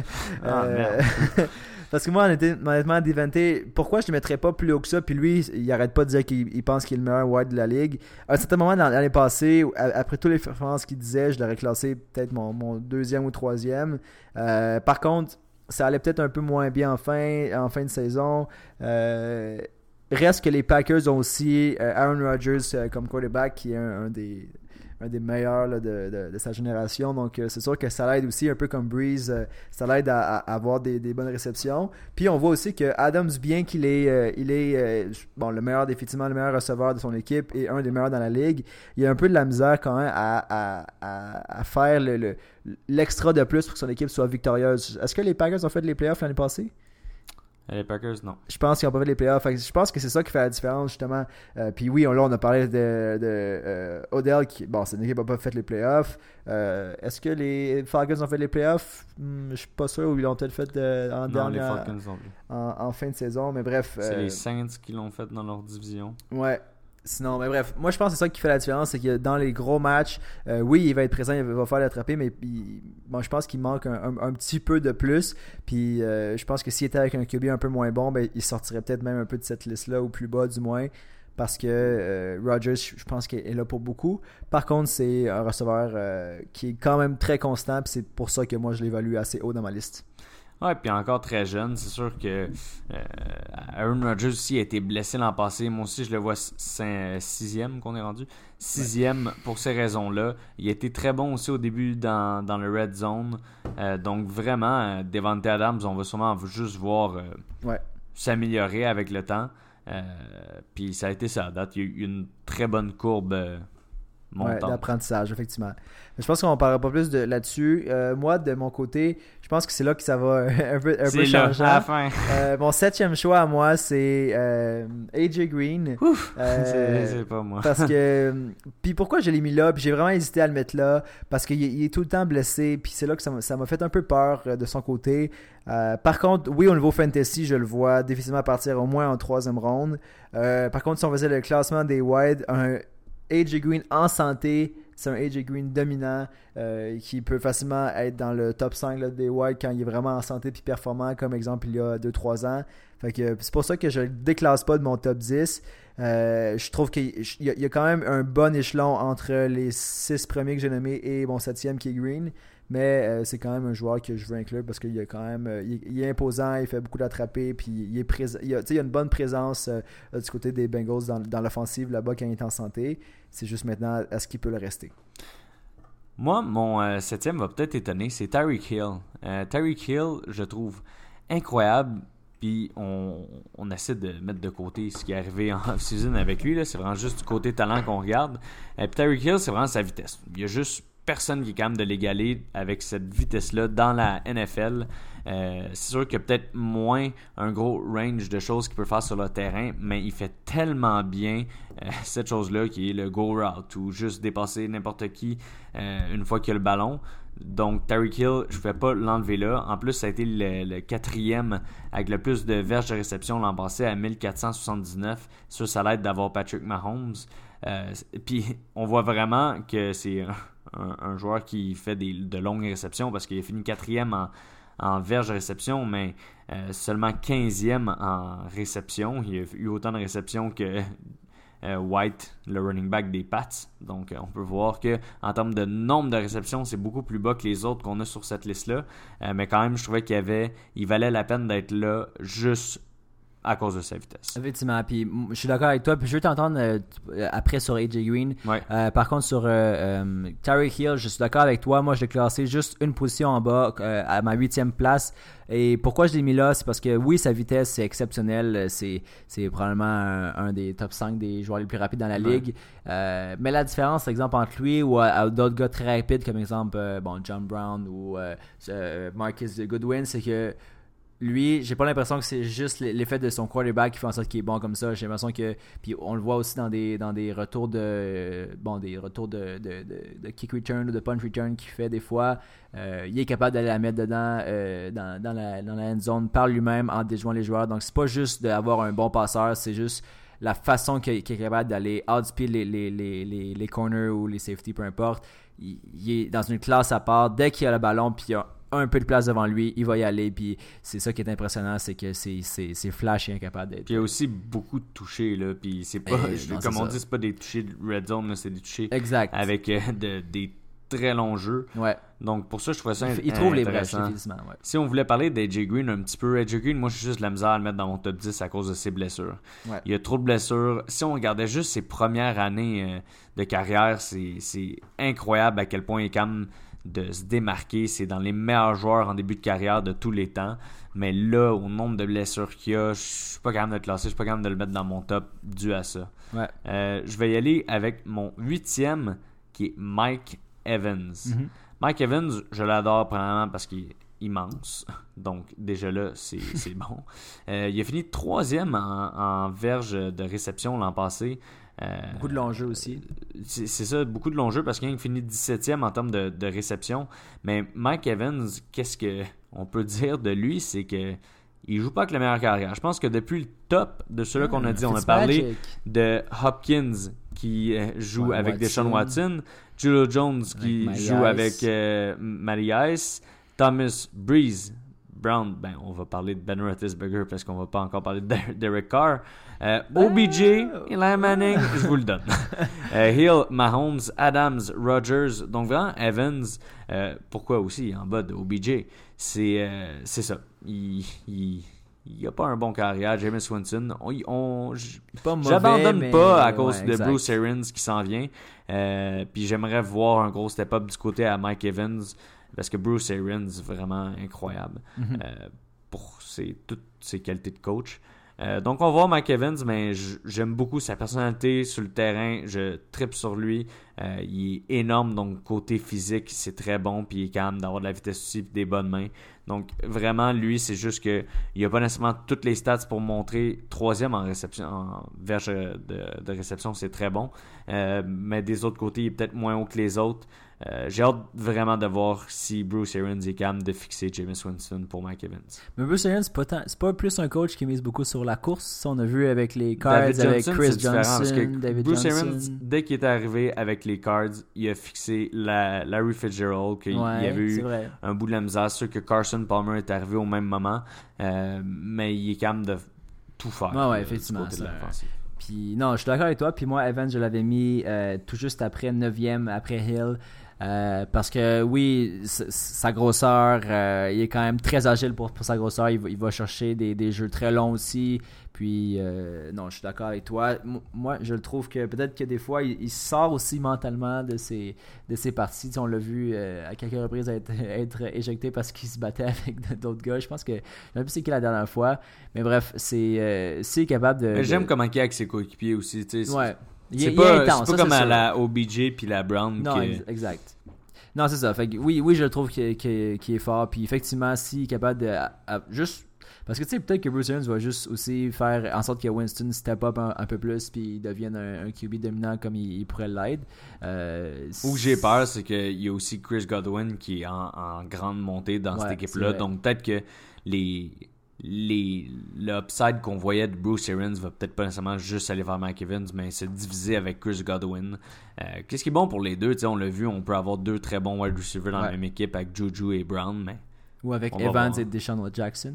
Ah, Euh, Parce que moi, honnêtement, Devante, pourquoi je ne le mettrais pas plus haut que ça? Puis lui, il arrête pas de dire qu'il il pense qu'il est le meilleur wide de la ligue. À un certain moment dans l'année passée, après toutes les performances qu'il disait, je l'aurais classé peut-être mon, mon deuxième ou troisième. Euh, par contre, ça allait peut-être un peu moins bien en fin, en fin de saison. Euh, reste que les Packers ont aussi euh, Aaron Rodgers euh, comme quarterback, qui est un, un des... un des meilleurs là, de, de, de sa génération. Donc, euh, c'est sûr que ça l'aide aussi, un peu comme Breeze, euh, ça l'aide à, à avoir des, des bonnes réceptions. Puis, on voit aussi que Adams, bien qu'il est, euh, il est euh, bon, le meilleur, définitivement le meilleur receveur de son équipe et un des meilleurs dans la ligue, il a un peu de la misère quand même à, à, à, à faire le, le, l'extra de plus pour que son équipe soit victorieuse. Est-ce que les Packers ont fait les playoffs l'année passée? Les Packers, non. Je pense qu'ils n'ont pas fait les playoffs. Fait que je pense que c'est ça qui fait la différence, justement. Euh, puis oui, on, là, on a parlé de, de euh, Odell, qui, bon, c'est une équipe qui n'a pas fait les playoffs. Euh, est-ce que les Falcons ont fait les playoffs? Hmm, je suis pas sûr, ou ils l'ont peut-être fait euh, en, non, dernière, les Falcons ont vu. en, en fin de saison, mais bref. C'est euh, les Saints qui l'ont fait dans leur division. Ouais. Sinon, mais bref, moi je pense que c'est ça qui fait la différence, c'est que dans les gros matchs, euh, oui, il va être présent, il va falloir l'attraper, mais il, bon, je pense qu'il manque un, un, un petit peu de plus. Puis euh, je pense que s'il était avec un Q B un peu moins bon, ben, il sortirait peut-être même un peu de cette liste-là, ou plus bas du moins, parce que euh, Rodgers, je pense qu'il est là pour beaucoup. Par contre, c'est un receveur euh, qui est quand même très constant, puis c'est pour ça que moi je l'évalue assez haut dans ma liste. Ouais, puis encore très jeune, c'est sûr que euh, Aaron Rodgers aussi a été blessé l'an passé. Moi aussi, je le vois c- sixième qu'on est rendu. Sixième ouais. Pour ces raisons-là. Il a été très bon aussi au début dans, dans le red zone. Euh, donc vraiment, Devante Adams, on va sûrement juste voir euh, ouais. s'améliorer avec le temps. Euh, puis ça a été ça à date. Il y a eu une très bonne courbe euh, montante. Ouais, d'apprentissage, effectivement. Mais je pense qu'on ne parlera pas plus de, là-dessus. Euh, moi, de mon côté, je pense que c'est là que ça va un peu, un peu changer. À la fin. euh, mon septième choix à moi, c'est euh, A J Green. Ouf, euh, c'est, c'est pas moi. Parce que... Puis pourquoi je l'ai mis là? Puis j'ai vraiment hésité à le mettre là. Parce qu'il il est tout le temps blessé. Puis c'est là que ça m'a, ça m'a fait un peu peur de son côté. Euh, par contre, oui, au niveau fantasy, je le vois difficilement partir au moins en troisième ronde. Euh, par contre, si on faisait le classement des wide, un A J Green en santé, c'est un A J Green dominant euh, qui peut facilement être dans le top cinq là, des wide quand il est vraiment en santé et performant, comme exemple il y a deux trois ans. Fait que, c'est pour ça que je ne le déclasse pas de mon top dix. Euh, je trouve qu'il y a, il y a quand même un bon échelon entre les six premiers que j'ai nommés et mon septième qui est Green. Mais euh, c'est quand même un joueur que je veux inclure parce qu'il a quand même, euh, il, il est imposant, il fait beaucoup d'attrapés, puis il est présent, il, a, il a une bonne présence euh, du côté des Bengals dans, dans l'offensive là-bas quand il est en santé. C'est juste maintenant, est-ce qu'il peut le rester? Moi, mon euh, septième va peut-être étonner, c'est Tyreek Hill. Euh, Tyreek Hill, je trouve incroyable. Puis on, on essaie de mettre de côté ce qui est arrivé en off-season avec lui. Là. C'est vraiment juste du côté talent qu'on regarde. Et puis Tyreek Hill, c'est vraiment sa vitesse. Il y a juste personne qui est capable de l'égaler avec cette vitesse-là dans la N F L. Euh, c'est sûr qu'il y a peut-être moins un gros range de choses qu'il peut faire sur le terrain, mais il fait tellement bien euh, cette chose-là qui est le go route ou juste dépasser n'importe qui euh, une fois qu'il y a le ballon. Donc Tyreek Hill, je ne vais pas l'enlever là. En plus, ça a été le, le quatrième avec le plus de verges de réception l'an passé à mille quatre cent soixante-dix-neuf. Ça, ça l'aide d'avoir Patrick Mahomes. Euh, Puis on voit vraiment que c'est un, un, un joueur qui fait des, de longues réceptions parce qu'il a fini quatrième en, en verges de réception, mais euh, seulement quinzième en réception. Il a eu autant de réceptions que euh, White, le running back des Pats. Donc euh, on peut voir que en termes de nombre de réceptions, c'est beaucoup plus bas que les autres qu'on a sur cette liste-là. Euh, mais quand même, je trouvais qu'il y avait, il valait la peine d'être là juste à cause de sa vitesse. Effectivement, puis je suis d'accord avec toi, puis je veux t'entendre euh, après sur A J Green. Ouais. Euh, par contre, sur euh, euh, Tyreek Hill, je suis d'accord avec toi. Moi, je l'ai classé juste une position en bas, euh, à ma huitième place. Et pourquoi je l'ai mis là, c'est parce que oui, sa vitesse, c'est exceptionnel. C'est, c'est probablement un, un des top cinq des joueurs les plus rapides dans la ligue. Ouais. Euh, mais la différence, par exemple, entre lui ou euh, d'autres gars très rapides, comme exemple euh, bon, John Brown ou euh, euh, Marcus Goodwin, c'est que lui, j'ai pas l'impression que c'est juste l'effet de son quarterback qui fait en sorte qu'il est bon comme ça. J'ai l'impression que, puis on le voit aussi dans des dans des retours de bon des retours de de, de, de kick return ou de punt return qu'il fait des fois. Euh, il est capable d'aller la mettre dedans euh, dans dans la dans la end zone par lui-même en déjouant les joueurs. Donc c'est pas juste d'avoir un bon passeur, c'est juste la façon qu'il, qu'il est capable d'aller outspeed les les les les les corners ou les safety, peu importe. Il, il est dans une classe à part. Dès qu'il a le ballon, puis il a un peu de place devant lui, il va y aller, puis c'est ça qui est impressionnant, c'est que c'est, c'est, c'est flash et incapable d'être. Puis il y a aussi beaucoup de touchés, là, puis c'est pas, et, je, non, comme c'est on ça. dit, c'est pas des touchés de red zone, là, c'est des touchés exact. avec euh, de, des très longs jeux. Ouais. Donc pour ça, je trouvais ça il, il trouve les brèches, intéressant. ouais. Si on voulait parler d'A J Green un petit peu, A J Green, moi, je suis juste de la misère à le mettre dans mon top dix à cause de ses blessures. Ouais. Il y a trop de blessures. Si on regardait juste ses premières années euh, de carrière, c'est, c'est incroyable à quel point il est quand même de se démarquer. C'est dans les meilleurs joueurs en début de carrière de tous les temps. Mais là, au nombre de blessures qu'il y a, je suis pas capable de le classer, je suis pas capable de le mettre dans mon top dû à ça. Ouais. Euh, je vais y aller avec mon huitième qui est Mike Evans. Mm-hmm. Mike Evans, je l'adore premièrement parce qu'il immense. Donc, déjà là, c'est, c'est bon. Euh, il a fini troisième en, en verge de réception l'an passé. Euh, beaucoup de longs jeux aussi. C'est, c'est ça, beaucoup de longs jeux parce qu'il a fini dix-septième en termes de, de réception. Mais Mike Evans, qu'est-ce qu'on peut dire de lui? C'est que il joue pas avec la meilleure carrière. Je pense que depuis le top de ceux-là qu'on a dit, on a parlé de Hopkins qui euh, joue ouais, avec Watson. Deshaun Watson, Julio Jones qui avec joue Ice. avec euh, Matty Ice, Thomas Breeze, Brown, ben on va parler de Ben Roethlisberger parce qu'on va pas encore parler de Derek Carr. Euh, O B J, Eli Manning, je vous le donne. euh, Hill, Mahomes, Adams, Rodgers, donc vraiment Evans, euh, pourquoi aussi en bas de O B J? C'est, euh, c'est ça. Il, il, il a pas un bon carrière. Jameis Winston, on, on, pas mauvais, j'abandonne mais... pas à cause ouais, de Bruce Arians qui s'en vient. Euh, puis j'aimerais voir un gros step-up du côté à Mike Evans parce que Bruce Arians est vraiment incroyable mm-hmm. euh, pour ses, toutes ses qualités de coach. Euh, donc, on va voir Mike Evans, mais j'aime beaucoup sa personnalité sur le terrain. Je trippe sur lui. Euh, il est énorme, donc côté physique, c'est très bon. Puis il est capable d'avoir de la vitesse aussi et des bonnes mains. Donc, vraiment, lui, c'est juste qu'il n'a pas nécessairement toutes les stats pour montrer troisième en réception, en verge de, de réception, c'est très bon. Euh, mais des autres côtés, il est peut-être moins haut que les autres. Euh, j'ai hâte vraiment de voir si Bruce Arians est capable de fixer Jameis Winston pour Mike Evans. Mais Bruce Arians, c'est pas, tant, c'est pas plus un coach qui mise beaucoup sur la course. On a vu avec les Cards, David avec Johnson, Chris Johnson, David Bruce Johnson. Arians, dès qu'il est arrivé avec les Cards, il a fixé la, Larry Fitzgerald, qu'il ouais, y avait eu un bout de la misère. C'est sûr que Carson Palmer est arrivé au même moment, euh, mais il est capable de tout faire. Ouais, ouais, effectivement. Puis non, je suis d'accord avec toi. Puis moi, Evans, je l'avais mis euh, tout juste après neuvième, après Hill. Euh, parce que oui, sa grosseur, euh, il est quand même très agile pour, pour sa grosseur. Il va, il va chercher des, des jeux très longs aussi. Puis, euh, non, je suis d'accord avec toi. M- moi, je le trouve que peut-être que des fois, il, il sort aussi mentalement de ses, de ses parties. Tu sais, on l'a vu euh, à quelques reprises être, être éjecté parce qu'il se battait avec d'autres gars. Je pense que, je ne sais plus c'est qui la dernière fois. Mais bref, c'est, euh, c'est capable de... Mais j'aime de... comment il est avec ses coéquipiers aussi. Tu sais, ouais. C'est, il, pas, il est intense, c'est pas ça, comme c'est à sûr. la O B J puis la Brown. Non, qui... exact. Non, c'est ça. Fait que, oui, oui, je le trouve qu'il, qu'il, qu'il est fort. Puis effectivement, s'il est capable de... À, à, juste... Parce que tu sais, peut-être que Bruce Arians va juste aussi faire en sorte que Winston step up un, un peu plus puis il devienne un, un Q B dominant comme il, il pourrait l'être. Euh, Où j'ai peur, c'est qu'il y a aussi Chris Godwin qui est en, en grande montée dans ouais, cette équipe-là. Donc peut-être que les... Les, l'upside qu'on voyait de Bruce Arians va peut-être pas nécessairement juste aller vers Mike Evans, mais se diviser avec Chris Godwin. Euh, qu'est-ce qui est bon pour les deux? T'sais, on l'a vu, on peut avoir deux très bons wide receivers dans ouais. la même équipe avec Juju et Brown. Mais ou avec Evans et Deshaun Jackson.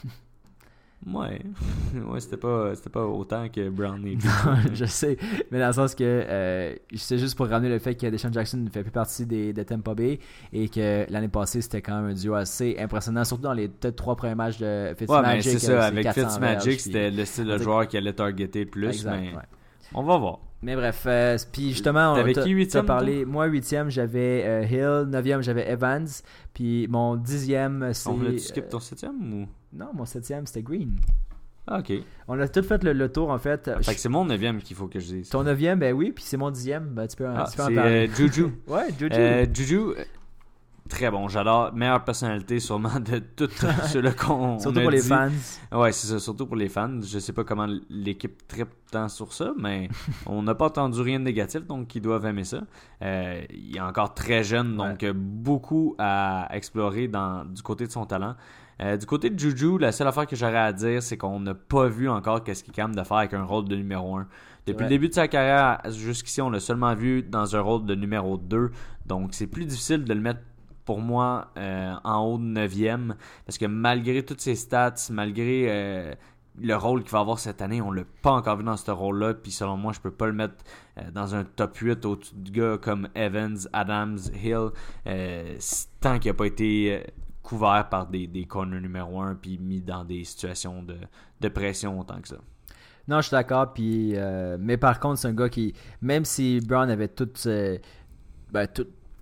Ouais, ouais c'était pas c'était pas autant que Brown et Juju. Non, je sais, mais dans le sens que euh, c'est juste pour ramener le fait que Deshaun Jackson ne fait plus partie des, de Tampa Bay et que l'année passée c'était quand même un duo assez impressionnant, surtout dans les peut-être trois premiers matchs de Fitzmagic. Ouais, mais c'est ça, avec Fitzmagic, c'était le style de joueur qui allait targeter plus, exact, mais ouais. On va voir. Mais bref, euh, puis justement, T'avais qui huitième, parlé. Toi? Moi, huitième, j'avais euh, Hill. Neuvième, j'avais Evans. Puis mon dixième, c'est... On voulait-tu skip ton septième ou... Non, mon septième, c'était Green. Ah, ok. On a tout fait le, le tour, en fait. Ah, fait que c'est mon neuvième qu'il faut que je dise. Ton neuvième, ben oui, puis c'est mon dixième. Ben, tu peux, ah, tu peux c'est, en parler. Euh, Juju. ouais, Juju. Euh, Juju... Très bon, j'adore. Meilleure personnalité sûrement de tous ceux-là qu'on surtout on a pour dit. les fans. Ouais, c'est ça, surtout pour les fans. Je sais pas comment l'équipe trippe tant sur ça, mais on n'a pas entendu rien de négatif, donc ils doivent aimer ça. Euh, il est encore très jeune, donc ouais. beaucoup à explorer dans, du côté de son talent. Euh, du côté de Juju, la seule affaire que j'aurais à dire, c'est qu'on n'a pas vu encore qu'est-ce qu'il est capable de faire avec un rôle de numéro un. Depuis ouais. le début de sa carrière jusqu'ici, on l'a seulement vu dans un rôle de numéro deux, donc c'est plus difficile de le mettre pour moi, euh, en haut de neuvième, parce que malgré toutes ses stats, malgré euh, le rôle qu'il va avoir cette année, on l'a pas encore vu dans ce rôle-là, puis selon moi, je peux pas le mettre euh, dans un top huit au-dessus de gars comme Evans, Adams, Hill, euh, tant qu'il n'a pas été euh, couvert par des, des corners numéro un, puis mis dans des situations de, de pression autant que ça. Non, je suis d'accord, puis euh, mais par contre, c'est un gars qui, même si Brown avait toutes... Euh, ben, toutes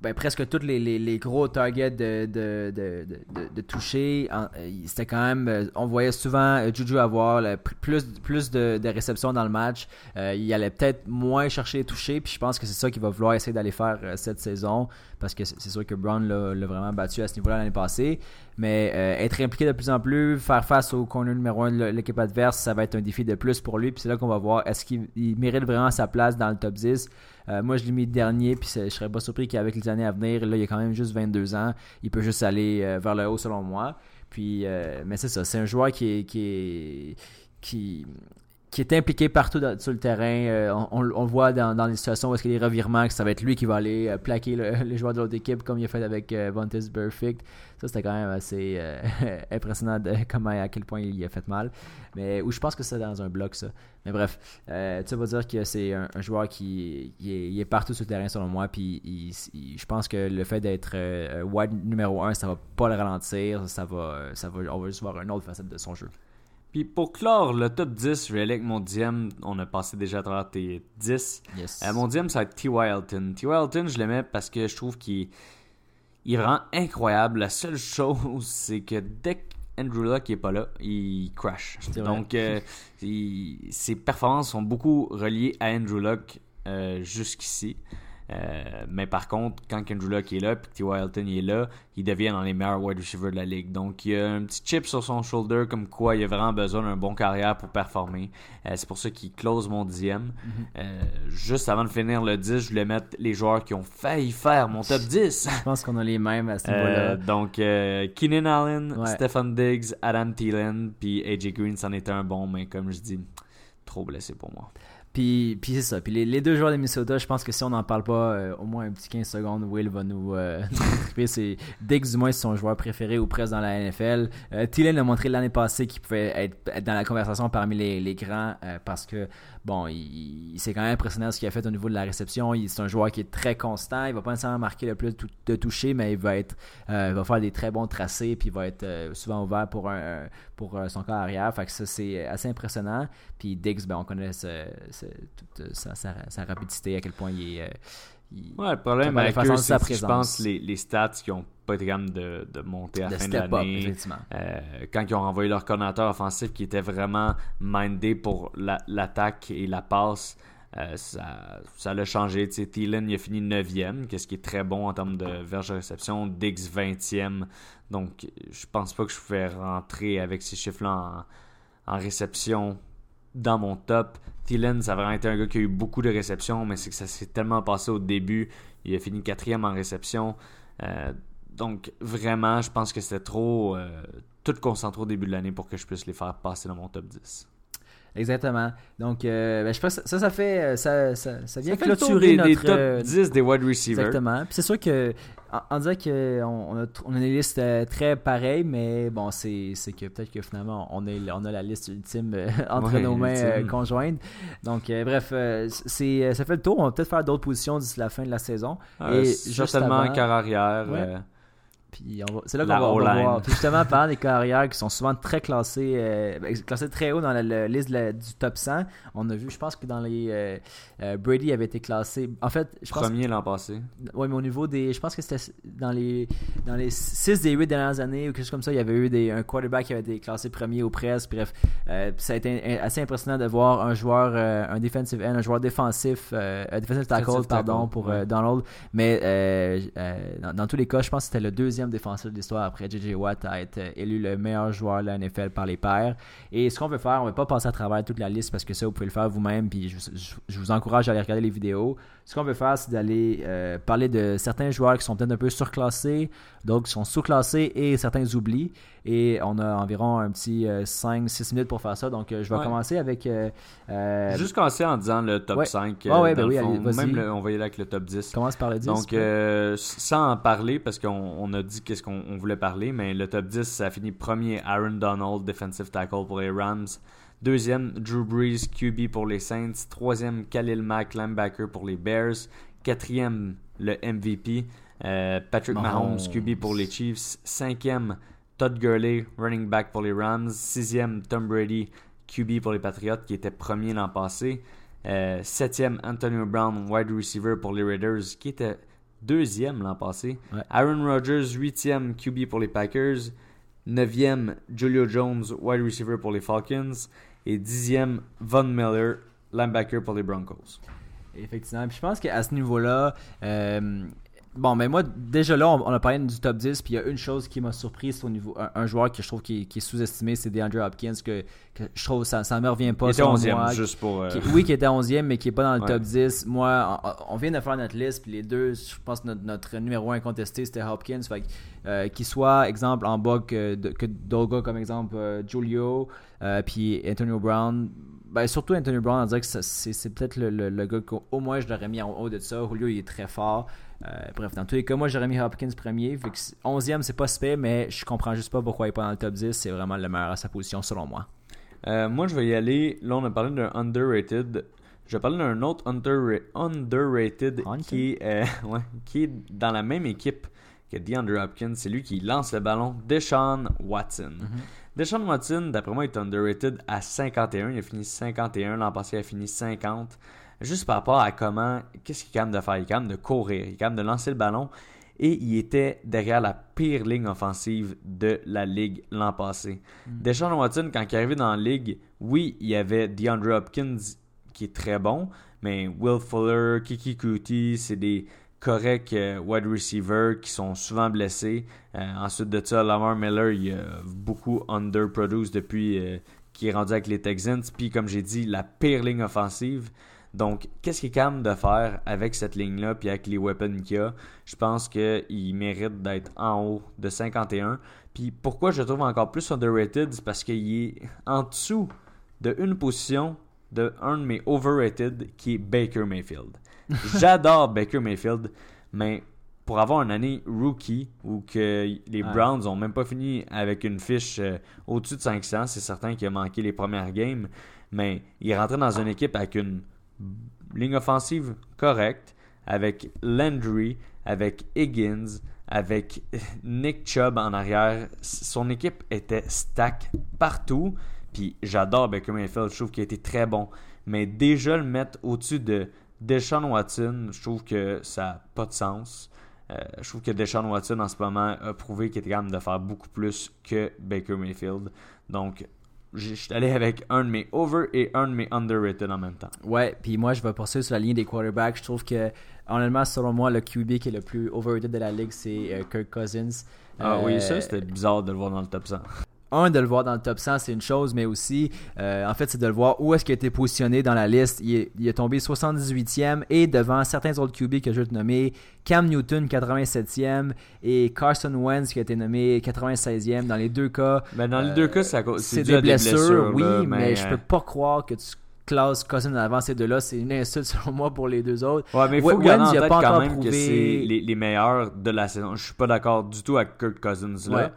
ben, presque tous les, les, les gros targets de, de, de, de, de, de toucher. En, c'était quand même, on voyait souvent Juju avoir le, plus, plus de, de réceptions dans le match. Euh, il allait peut-être moins chercher les toucher, puis je pense que c'est ça qu'il va vouloir essayer d'aller faire euh, cette saison, parce que c'est, c'est sûr que Brown l'a, l'a vraiment battu à ce niveau-là l'année passée. Mais euh, être impliqué de plus en plus, faire face au corner numéro un de l'équipe adverse, ça va être un défi de plus pour lui. Puis c'est là qu'on va voir, est-ce qu'il il mérite vraiment sa place dans le top dix. Euh, moi, je l'ai mis dernier, puis je serais pas surpris qu'avec les années à venir, là, il a quand même juste vingt-deux ans, il peut juste aller euh, vers le haut selon moi. Puis, euh, mais c'est ça, c'est un joueur qui est, qui est, qui, qui est impliqué partout dans, sur le terrain. Euh, on, on le voit dans, dans les situations où est-ce qu'il y a des revirements, que ça va être lui qui va aller euh, plaquer le, les joueurs de l'autre équipe, comme il a fait avec euh, Vontaze Burfict. Ça, c'était quand même assez euh, impressionnant de comment, à quel point il a fait mal. Mais où je pense que c'est dans un bloc, ça. Mais bref, euh, ça veut dire que c'est un, un joueur qui il est, il est partout sur le terrain, selon moi. Puis il, il, je pense que le fait d'être euh, wide numéro un, ça va pas le ralentir. Ça va, ça va, on va juste voir une autre facette de son jeu. Puis pour clore le top dix, je vais aller avec mon dixième. On a passé déjà à travers tes dix. Yes. Euh, mon dixième, ça va être T Y. Hilton. T Y. Hilton, je l'aimais parce que je trouve qu'il il est vraiment incroyable. La seule chose, c'est que dès que Andrew Luck n'est pas là, il crash. Donc, euh, il, ses performances sont beaucoup reliées à Andrew Luck euh, jusqu'ici. Euh, mais par contre, quand Andrew Luck est là, puis T Y. Hilton est là, il devient dans les meilleurs wide receivers de la ligue. Donc, il y a un petit chip sur son shoulder, comme quoi il a vraiment besoin d'un bon carrière pour performer. Euh, c'est pour ça qu'il close mon dixième. Mm-hmm. Euh, juste avant de finir le dix, je voulais mettre les joueurs qui ont failli faire mon top dix. Je pense qu'on a les mêmes à ce niveau-là. Euh, donc, euh, Keenan Allen, ouais. Stephon Diggs, Adam Thielen, puis A J Green, c'en était un bon, mais comme je dis, trop blessé pour moi. Puis, puis c'est ça. Puis les, les deux joueurs de Minnesota, je pense que si on n'en parle pas euh, au moins un petit quinze secondes, Will va nous euh, triper. C'est Diggs, du moins, c'est son joueur préféré ou presque dans la N F L. Euh, Thielen a montré l'année passée qu'il pouvait être, être dans la conversation parmi les, les grands euh, parce que, bon, il, il c'est quand même impressionnant ce qu'il a fait au niveau de la réception. Il, c'est un joueur qui est très constant. Il va pas nécessairement marquer le plus de, de toucher, mais il va être, euh, il va faire des très bons tracés, puis il va être euh, souvent ouvert pour un, pour euh, son corps arrière. Fait que ça, c'est assez impressionnant. Puis Diggs, ben, on connaît ce, ce, toute sa, sa, sa rapidité, à quel point il est... Euh, il, ouais, le problème avec eux, c'est que je pense les, les stats qui ont pas été capables de, de monter à la fin de l'année. Euh, quand ils ont envoyé leur coordinateur offensif qui était vraiment mindé pour la, l'attaque et la passe, euh, ça, ça l'a changé. T'sais, Thielen, il a fini neuvième, ce qui est très bon en termes de verge de réception. Diggs, vingtième. Donc, je pense pas que je pouvais rentrer avec ces chiffres-là en, en réception dans mon top. Thielen, ça a vraiment été un gars qui a eu beaucoup de réceptions, mais c'est que ça s'est tellement passé au début. Il a fini quatrième en réception. Euh, donc, vraiment, je pense que c'était trop euh, tout concentré au début de l'année pour que je puisse les faire passer dans mon top dix. Exactement. Donc, euh, ben, je pense que ça, ça fait, ça, ça, ça vient ça clôturer notre... Des top euh, dix des wide receivers. Exactement. Puis c'est sûr que, on dirait qu'on on a, on a des listes très pareilles, mais bon, c'est, c'est que peut-être que finalement, on, est, on a la liste ultime euh, entre ouais, nos mains euh, conjointes. Donc, euh, bref, euh, c'est, ça fait le tour. On va peut-être faire d'autres positions d'ici la fin de la saison. Euh, Et certainement un quart arrière. Ouais. Euh... Puis on va, c'est là qu'on va, on va voir. Puis justement, parlant des carrières qui sont souvent très classés, euh, classés très haut dans la, la liste de la, du top cent, on a vu, je pense que dans les euh, euh, Brady avait été classé. En fait, je pense premier l'an passé. Oui, mais au niveau des, je pense que c'était dans les dans les six des huit dernières années ou quelque chose comme ça, il y avait eu des, un quarterback qui avait été classé premier ou presque. Bref, euh, ça a été assez impressionnant de voir un joueur, euh, un defensive end, un joueur défensif, euh, un defensive tackle, defensive pardon, tackle, pour ouais. euh, Donald. Mais euh, euh, dans, dans tous les cas, je pense que c'était le deuxième défenseur de l'histoire après J J Watt a été élu le meilleur joueur de la N F L par les pairs. Et ce qu'on veut faire, on ne va pas passer à travers toute la liste parce que ça, vous pouvez le faire vous-même. Puis je, je, je vous encourage à aller regarder les vidéos. Ce qu'on veut faire, c'est d'aller euh, parler de certains joueurs qui sont peut-être un peu surclassés, d'autres qui sont sous-classés et certains oublient. Et on a environ un petit euh, cinq six minutes pour faire ça. Donc, euh, je vais ouais. commencer avec... Euh, euh, Juste commencer en disant le top ouais. cinq. Ah ouais, ben le oui, fond. allez, vas-y. Même le, on va y aller avec le top dix. Commence par le dix. Donc, euh, sans en parler, parce qu'on on a dit qu'est-ce qu'on on voulait parler, mais le top dix, ça a fini premier Aaron Donald, defensive tackle pour les Rams. Deuxième, Drew Brees, Q B pour les Saints. Troisième, Khalil Mack, linebacker pour les Bears. Quatrième, le M V P, euh, Patrick Mahomes, Mahomes, Q B pour les Chiefs. Cinquième, Todd Gurley, running back pour les Rams. Sixième, Tom Brady, Q B pour les Patriots, qui était premier l'an passé. Euh, septième, Antonio Brown, wide receiver pour les Raiders, qui était deuxième l'an passé. Ouais. Aaron Rodgers, huitième Q B pour les Packers. neuvième Julio Jones, wide receiver pour les Falcons. Et dixième Von Miller, linebacker pour les Broncos. Effectivement. Puis je pense qu'à ce niveau-là, euh, bon, mais moi, déjà là, on, on a parlé du top dix, puis il y a une chose qui m'a surpris au niveau. Un, un joueur que je trouve qui, qui est sous-estimé, c'est DeAndre Hopkins, que, que je trouve ça ça me revient pas. Il était selon onzième, moi, juste pour... Euh... Qui, oui, qui était onzième, mais qui n'est pas dans le Ouais. top dix. Moi, on, on vient de faire notre liste, puis les deux, je pense que notre, notre numéro un incontesté, c'était Hopkins. Fait que, euh, qu'il soit, exemple, en bas que, de, que d'autres gars comme exemple euh, Julio, euh, puis Antonio Brown. Ben, surtout Antonio Brown, on dirait que ça, c'est, c'est peut-être le, le, le gars qu'au moins je l'aurais mis en haut de ça. Julio, il est très fort. Euh, bref, dans tous les cas, moi j'aurais mis Hopkins premier. Fait que onzième, c'est pas super, mais je comprends juste pas pourquoi il est pas dans le top dix. C'est vraiment le meilleur à sa position, selon moi. Euh, moi, je vais y aller. Là, on a parlé d'un underrated. Je vais parler d'un autre under, underrated qui, euh, ouais, qui est dans la même équipe que DeAndre Hopkins. C'est lui qui lance le ballon, Deshaun Watson. Mm-hmm. Deshaun Watson, d'après moi, est underrated à cinquante et un. Il a fini cinquante et un. L'an passé, il a fini cinquante. Juste par rapport à comment, qu'est-ce qu'il est capable de faire? Il est capable de courir, il est capable de lancer le ballon. Et il était derrière la pire ligne offensive de la Ligue l'an passé. Mm. Deshaun Watson, quand il est arrivé dans la Ligue, oui, il y avait DeAndre Hopkins qui est très bon, mais Will Fuller, Kiki Kuti, c'est des corrects euh, wide receivers qui sont souvent blessés. Euh, ensuite de ça, Lamar Miller, il a beaucoup underproduced depuis euh, qu'il est rendu avec les Texans. Puis, comme j'ai dit, la pire ligne offensive. Donc, qu'est-ce qu'il est capable de faire avec cette ligne-là puis avec les weapons qu'il a? Je pense qu'il mérite d'être en haut de cinquante et un. Puis, pourquoi je le trouve encore plus underrated? C'est parce qu'il est en dessous de une position de un de mes overrated qui est Baker Mayfield. J'adore Baker Mayfield, mais pour avoir une année rookie où que les Browns n'ont même pas fini avec une fiche euh, au-dessus de cinq cents, c'est certain qu'il a manqué les premières games, mais il est rentré dans une équipe avec une ligne offensive correcte, avec Landry, avec Higgins, avec Nick Chubb en arrière. Son équipe était stack partout, puis j'adore Baker Mayfield, je trouve qu'il a été très bon, mais déjà le mettre au-dessus de Deshaun Watson, je trouve que ça n'a pas de sens. Euh, je trouve que Deshaun Watson, en ce moment, a prouvé qu'il était capable de faire beaucoup plus que Baker Mayfield. Donc, je suis allé avec un de mes over et un de mes underrated en même temps. Ouais, puis moi, je vais poursuivre sur la ligne des quarterbacks. Je trouve que, honnêtement, selon moi, le Q B qui est le plus overrated de la ligue, c'est euh, Kirk Cousins. Ah euh, oui, ça, c'était bizarre de le voir dans le top cent. Un, de le voir dans le top cent, c'est une chose, mais aussi, euh, en fait, c'est de le voir où est-ce qu'il a été positionné dans la liste. Il est, il est tombé soixante-dix-huitième et devant certains autres Q B que je vais te nommer, Cam Newton, quatre-vingt-septième, et Carson Wentz qui a été nommé quatre-vingt-seizième. Dans les deux cas, ben dans les euh, deux cas, c'est, à cause, c'est, c'est dû des, à des blessures, blessures, oui, là, mais, mais je euh... peux pas croire que tu classes Cousins avant ces deux-là. C'est une insulte selon moi pour les deux autres. Ouais, mais il faut Wentz, garder en il a tête pas quand encore même prouvé... que c'est les, les meilleurs de la saison. Je suis pas d'accord du tout avec Kirk Cousins là. Ouais.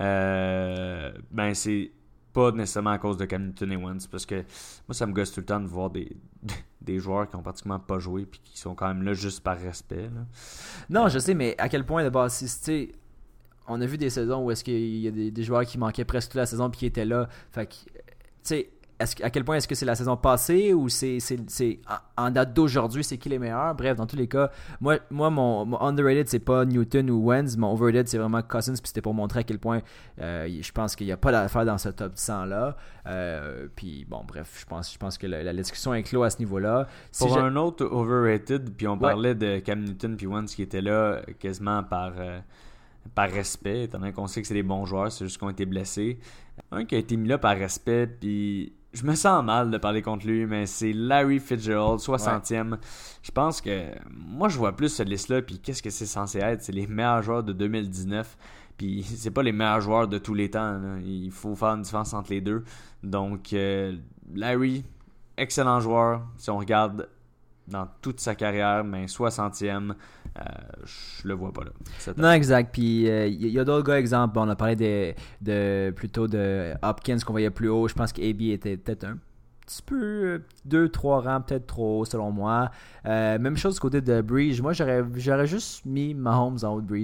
Euh, ben c'est pas nécessairement à cause de Cam Newton et Wentz, parce que moi ça me gosse tout le temps de voir des, des joueurs qui ont pratiquement pas joué puis qui sont quand même là juste par respect là. Non, euh, je sais, mais à quel point de base, tu sais, on a vu des saisons où est-ce qu'il y a des, des joueurs qui manquaient presque toute la saison puis qui étaient là. Fait que, tu sais, est-ce, à quel point est-ce que c'est la saison passée ou c'est, c'est, c'est en, en date d'aujourd'hui, c'est qui les meilleurs? Bref, dans tous les cas, moi, moi mon, mon underrated, c'est pas Newton ou Wentz. Mon overrated, c'est vraiment Cousins. Puis c'était pour montrer à quel point euh, je pense qu'il n'y a pas d'affaire dans ce top cent-là. Euh, puis bon, bref, je pense, je pense que la, la discussion est close à ce niveau-là. Si pour j'ai... un autre overrated, puis on ouais. parlait de Cam Newton puis Wentz qui étaient là quasiment par... Euh, par respect, étant donné qu'on sait que c'est des bons joueurs, c'est juste qu'ils ont été blessés. Un qui a été mis là par respect, puis je me sens mal de parler contre lui, mais c'est Larry Fitzgerald, soixantième. Ouais. Je pense que moi, je vois plus cette liste-là, puis qu'est-ce que c'est censé être? C'est les meilleurs joueurs de deux mille dix-neuf, puis c'est pas les meilleurs joueurs de tous les temps. Là. Il faut faire une différence entre les deux. Donc, euh, Larry, excellent joueur. Si on regarde dans toute sa carrière, mais soixantième, euh, je le vois pas là. Non, exact. Puis il euh, y, y a d'autres gars, exemple, on a parlé de, de plutôt de Hopkins qu'on voyait plus haut. Je pense qu'A B était peut-être un petit peu deux, trois rangs peut-être trop haut selon moi. Euh, même chose du côté de Breeze. Moi, j'aurais, j'aurais juste mis Mahomes en haut de Breeze.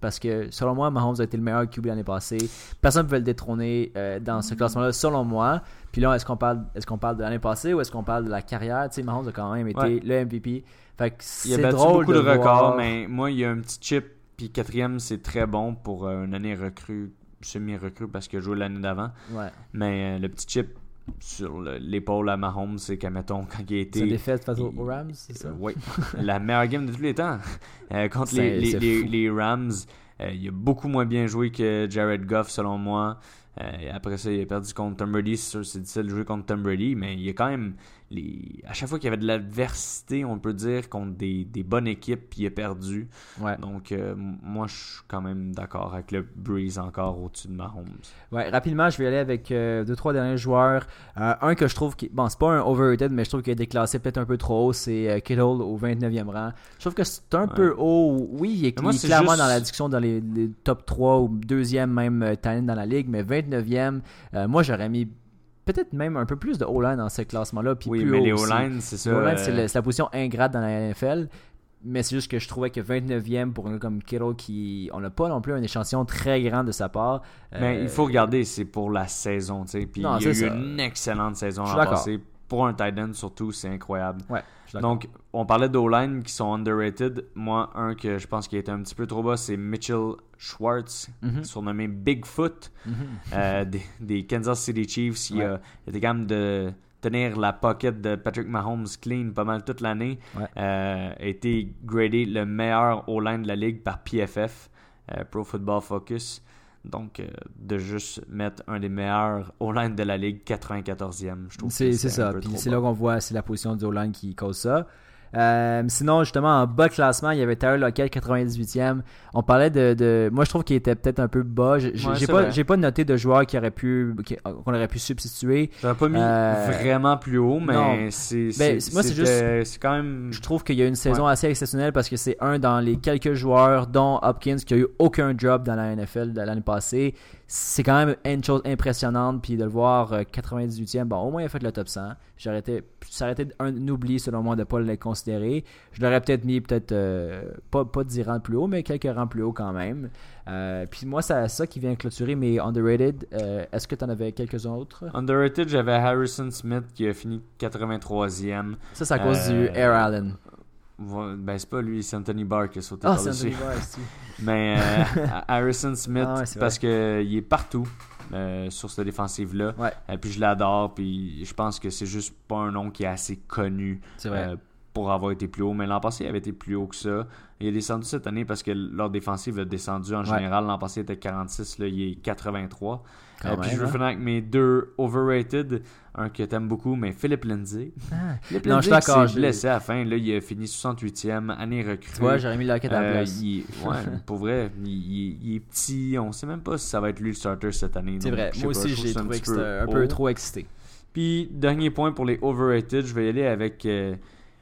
parce que selon moi, Mahomes a été le meilleur Q B l'année passée. Personne ne pouvait le détrôner euh, dans ce classement-là, selon moi. Puis là, est-ce qu'on parle, est-ce qu'on parle de l'année passée ou est-ce qu'on parle de la carrière? Tu sais, Mahomes a quand même été Ouais. le M V P. Fait que Il a c'est battu drôle beaucoup de, de records, voir... mais moi, il y a un petit chip. Puis quatrième, c'est très bon pour euh, une année recrue, semi-recrue, parce qu'il a joué l'année d'avant. Ouais. Mais euh, le petit chip sur le- l'épaule à Mahomes, c'est qu'admettons, quand il a été... Sa défaite face aux il- aux Rams, c'est ça? Euh, oui, la meilleure game de tous les temps. Euh, contre C'est- les, les, c'est les, fou. les Rams, euh, il a beaucoup moins bien joué que Jared Goff, selon moi. Euh, et après ça, il a perdu contre Tom Brady. C'est sûr, c'est difficile de jouer contre Tom Brady, mais il y a quand même... Les... À chaque fois qu'il y avait de l'adversité, on peut dire, contre des, des bonnes équipes, puis il a perdu. Ouais. Donc, euh, m- moi, je suis quand même d'accord avec le Breeze encore au-dessus de Mahomes. Ouais, rapidement, je vais aller avec euh, deux, trois derniers joueurs. Euh, un que je trouve qui. Bon, c'est pas un overrated, mais je trouve qu'il a été classé peut-être un peu trop haut. C'est euh, Kittle au vingt-neuvième rang. Je trouve que c'est un Ouais. peu haut. Oui, il est, Mais moi, il est c'est clairement juste- dans la discussion dans les, les top trois ou deuxième même euh, talent dans la ligue, mais vingt-neuvième, euh, moi j'aurais mis peut-être même un peu plus de O-line dans ce classement-là. Puis Oui, plus mais haut les aussi. O-line, c'est ça. Les O-line, euh, c'est, le- c'est la position ingrate dans la N F L. Mais c'est juste que je trouvais que vingt-neuvième pour un gars comme Kittle, qui on n'a pas non plus un échantillon très grand de sa part. Mais Euh, il faut regarder, c'est pour la saison, tu sais. Puis Non, il y a eu c'est ça. une excellente saison Je suis l'an d'accord. passé. Pour un tight end, surtout, c'est incroyable. Ouais, je suis d'accord. Donc, on parlait d'O-line qui sont underrated. Moi, un que je pense qui a été un petit peu trop bas, c'est Mitchell Schwartz, Mhm. surnommé Bigfoot, Mhm. euh, des, des Kansas City Chiefs. Il, Ouais. a, il était capable de tenir la pocket de Patrick Mahomes clean pas mal toute l'année. Ouais. Euh, a été gradé le meilleur O-line de la ligue par P F F, euh, Pro Football Focus. Donc, euh, de juste mettre un des meilleurs O-line de la ligue, quatre-vingt-quatorzième, je trouve C'est, que c'est c'est un ça. peu Puis trop c'est bas. là qu'on voit, c'est la position du O-line qui cause ça. Euh, sinon, justement, en bas classement, il y avait Tyler Lockett, quatre-vingt-dix-huitième. On parlait de, de. Moi, je trouve qu'il était peut-être un peu bas. J'ai, j'ai Ouais, c'est pas, vrai. j'ai pas noté de joueurs qui auraient pu, qui- qu'on aurait pu substituer. J'aurais pas mis Euh, vraiment plus haut, mais non. c'est, Ben, c'est, moi, c'est c'était- c'est quand même... Je trouve qu'il y a une saison Ouais. assez exceptionnelle parce que c'est un dans les quelques joueurs, dont Hopkins, qui a eu aucun job dans la N F L de l'année passée. C'est quand même une chose impressionnante. Puis de le voir euh, quatre-vingt-dix-huitième, bon, au moins il a fait le top cent. J'aurais été, ça aurait été un oubli selon moi de ne pas le considérer. Je l'aurais peut-être mis, peut-être, euh, pas, pas dix rangs plus haut, mais quelques rangs plus haut quand même. Euh, puis moi, c'est ça qui vient clôturer mes underrated. Euh, est-ce que tu en avais quelques autres? Underrated, j'avais Harrison Smith qui a fini quatre-vingt-troisième. Ça, c'est à cause Euh, du Air Allen. Ouais, Ben, c'est pas lui, c'est Anthony Barr qui a sauté Ah, c'est par-dessus. Anthony Barr aussi. Mais euh, Harrison Smith, Ah ouais, c'est parce qu'il est partout euh, sur cette défensive-là. Ouais. Et puis je l'adore, puis je pense que c'est juste pas un nom qui est assez connu C'est vrai. euh, pour avoir été plus haut. Mais l'an passé, il avait été plus haut que ça. Il est descendu cette année parce que leur défensive a descendu en Ouais. général. L'an passé, il était quarante-six, là, il est quatre-vingt-trois. Quand Euh, puis même, je veux hein. finir avec mes deux overrated. Un que t'aimes beaucoup, mais Philip Lindsay. Ah. Philip Non, je suis Lindsay qui d'accord, s'est je- blessé à la fin. Là, il a fini soixante-huitième, année recrue. Tu vois, j'aurais mis Lockett à la Euh, place. il est- ouais, pour vrai, il, il- il est petit. On sait même pas si ça va être lui le starter cette année. C'est donc vrai. je sais Moi pas, aussi, je trouve j'ai ça trouvé petit que c'était un peu haut. trop excité. Puis, dernier point pour les overrated, je vais y aller avec euh,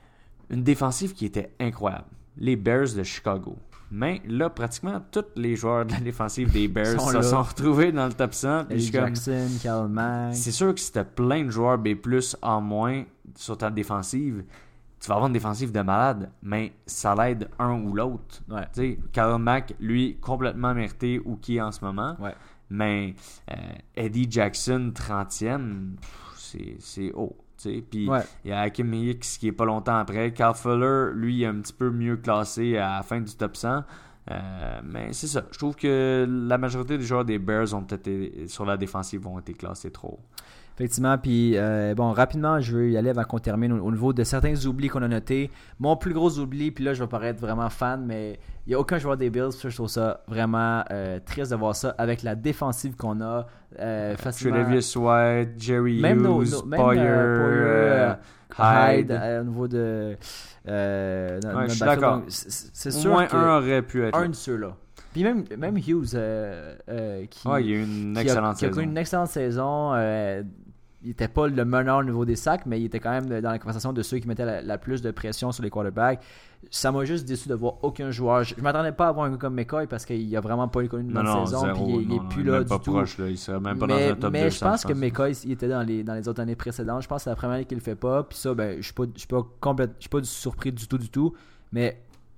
une défensive qui était incroyable. Les Bears de Chicago. Mais là, pratiquement tous les joueurs de la défensive des Bears Sont se là. sont retrouvés dans le top cent. Puis je Eddie suis comme, Jackson, Kyle Mack. c'est sûr que si t'as plein de joueurs B plus en moins sur ta défensive, tu vas avoir une défensive de malade, mais ça l'aide un ou l'autre. Ouais. Tu sais, Kyle Mack, lui, complètement mérité ou qui est en ce moment. Ouais. Mais euh, Eddie Jackson, trentième, pff, c'est, c'est haut. tu sais. Puis Ouais. il y a Hakim Hicks qui est pas longtemps après. Kyle Fuller, lui, il est un petit peu mieux classé à la fin du top cent. Euh, mais c'est ça. Je trouve que la majorité des joueurs des Bears ont été sur la défensive ont été classés trop. Effectivement, puis euh, bon, rapidement, je veux y aller avant qu'on termine au, au niveau de certains oublis qu'on a notés. Mon plus gros oubli, puis là, je vais paraître vraiment fan, mais il n'y a aucun joueur des Bills, puis je trouve ça vraiment euh, triste de voir ça avec la défensive qu'on a. Euh, facilement. Tredavious White, Jerry Même Hughes, nos- nos- même, Poyer, euh, Poyer, euh, Hyde, Hyde. euh, au niveau de. Euh, notre- Ouais, notre je suis backfield. d'accord. Donc, c'est c'est Au sûr moins que un aurait pu être un là. de ceux-là. Puis même, même Hughes, euh, euh, qui, Ouais, il y a eu une qui a- excellente qui a saison. connu une excellente saison. euh, il n'était pas le meneur au niveau des sacs, mais il était quand même dans la conversation de ceux qui mettaient la, la plus de pression sur les quarterbacks. Ça m'a juste déçu de voir aucun joueur. Je ne m'attendais pas à voir un gars comme McCoy parce qu'il a vraiment pas connu une Non, bonne non, saison. zéro, Puis il, il non, est non, plus il est là même du pas tout. proche, là. Il serait même pas dans mais un top mais deux je cents, pense que McCoy, il était dans les, dans les autres années précédentes. Je pense que c'est la première année qu'il le fait pas. Puis ça, ben, je ne suis pas, je suis pas, complète, je suis pas surpris du tout, du tout. Mais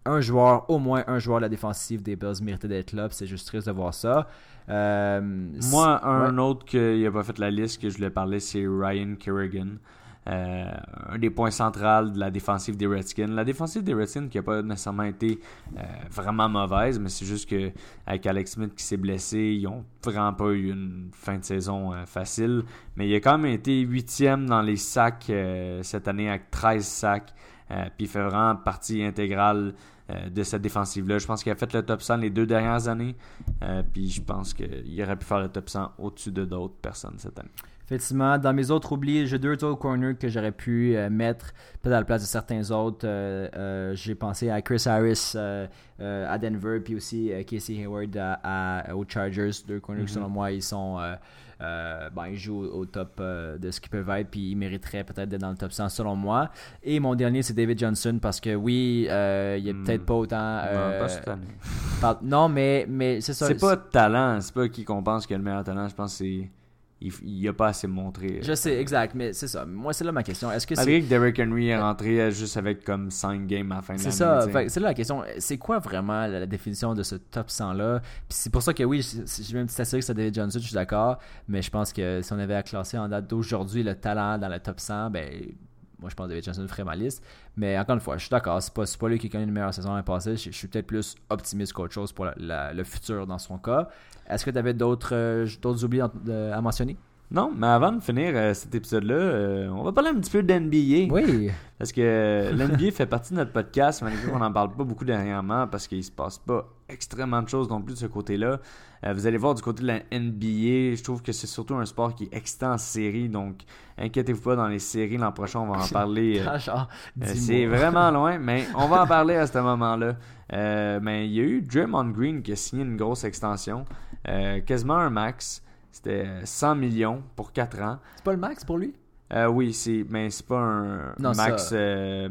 un joueur, au moins un joueur de la défensive des Bills méritait d'être là. Puis c'est juste triste de voir ça. Euh, Moi, un ouais. autre qui n'a pas fait la liste que je voulais parler, c'est Ryan Kerrigan. Euh, un des points centraux de la défensive des Redskins. La défensive des Redskins qui n'a pas nécessairement été euh, vraiment mauvaise, mais c'est juste que avec Alex Smith qui s'est blessé, ils n'ont vraiment pas eu une fin de saison euh, facile. Mais il a quand même été huitième dans les sacs euh, cette année avec treize sacs. Euh, puis il fait vraiment partie intégrale euh, de cette défensive-là. Je pense qu'il a fait le top cent les deux dernières années. Euh, puis je pense qu'il aurait pu faire le top cent au-dessus de d'autres personnes cette année. Effectivement, dans mes autres oublis, j'ai deux autres corners que j'aurais pu euh, mettre peut-être à la place de certains autres. Euh, euh, j'ai pensé à Chris Harris euh, euh, à Denver, puis aussi euh, Casey Hayward à, à, aux Chargers. Deux corners Mm-hmm. qui, selon moi, ils sont euh, euh, ben, ils jouent au, au top euh, de ce qu'ils peuvent être, puis ils mériteraient peut-être d'être dans le top cent selon moi. Et mon dernier, c'est David Johnson, parce que oui, euh, il est Mm. peut-être pas autant... Euh, non, pas cette année. par- non, mais, mais c'est ça. C'est pas de talent, c'est pas qui qu'on pense qu'il a le meilleur talent. Je pense que c'est il, il a pas assez montré. Je sais, exact, mais c'est ça. Moi, c'est là ma question. Est-ce que c'est... Malgré que Derrick Henry est rentré juste avec comme cinq games à la fin de C'est l'année. ça, t'sais. fait que c'est là la question. C'est quoi vraiment la, la définition de ce top cent-là? Puis c'est pour ça que oui, j'ai même une petite astérisque sur David Johnson, je suis d'accord, mais je pense que si on avait à classer en date d'aujourd'hui le talent dans le top cent, ben moi je pense que David Johnson ferait ma liste. Mais encore une fois, je suis d'accord, c'est pas, c'est pas lui qui a gagné une meilleure saison l'année passée. Je, je suis peut-être plus optimiste qu'autre chose pour la, la, le futur dans son cas. Est-ce que tu avais d'autres, euh, d'autres oublis en- de- à mentionner? Non, mais avant de finir euh, cet épisode-là, euh, on va parler un petit peu d'N B A. Oui. Parce que l'N B A fait partie de notre podcast, malgré qu'on n'en parle pas beaucoup dernièrement, parce qu'il se passe pas extrêmement de choses non plus de ce côté-là. Euh, vous allez voir du côté de la N B A, je trouve que c'est surtout un sport qui est excitant en série, donc inquiétez-vous pas, dans les séries l'an prochain, on va en parler. euh, Ah, genre, Euh, dix c'est mois. vraiment loin, mais on va en parler à ce moment-là. Euh, mais il y a eu Draymond Green qui a signé une grosse extension, euh, quasiment un max. C'était cent millions pour quatre ans. C'est pas le max pour lui? Euh, oui, c'est, mais c'est pas un Non, max ça- euh,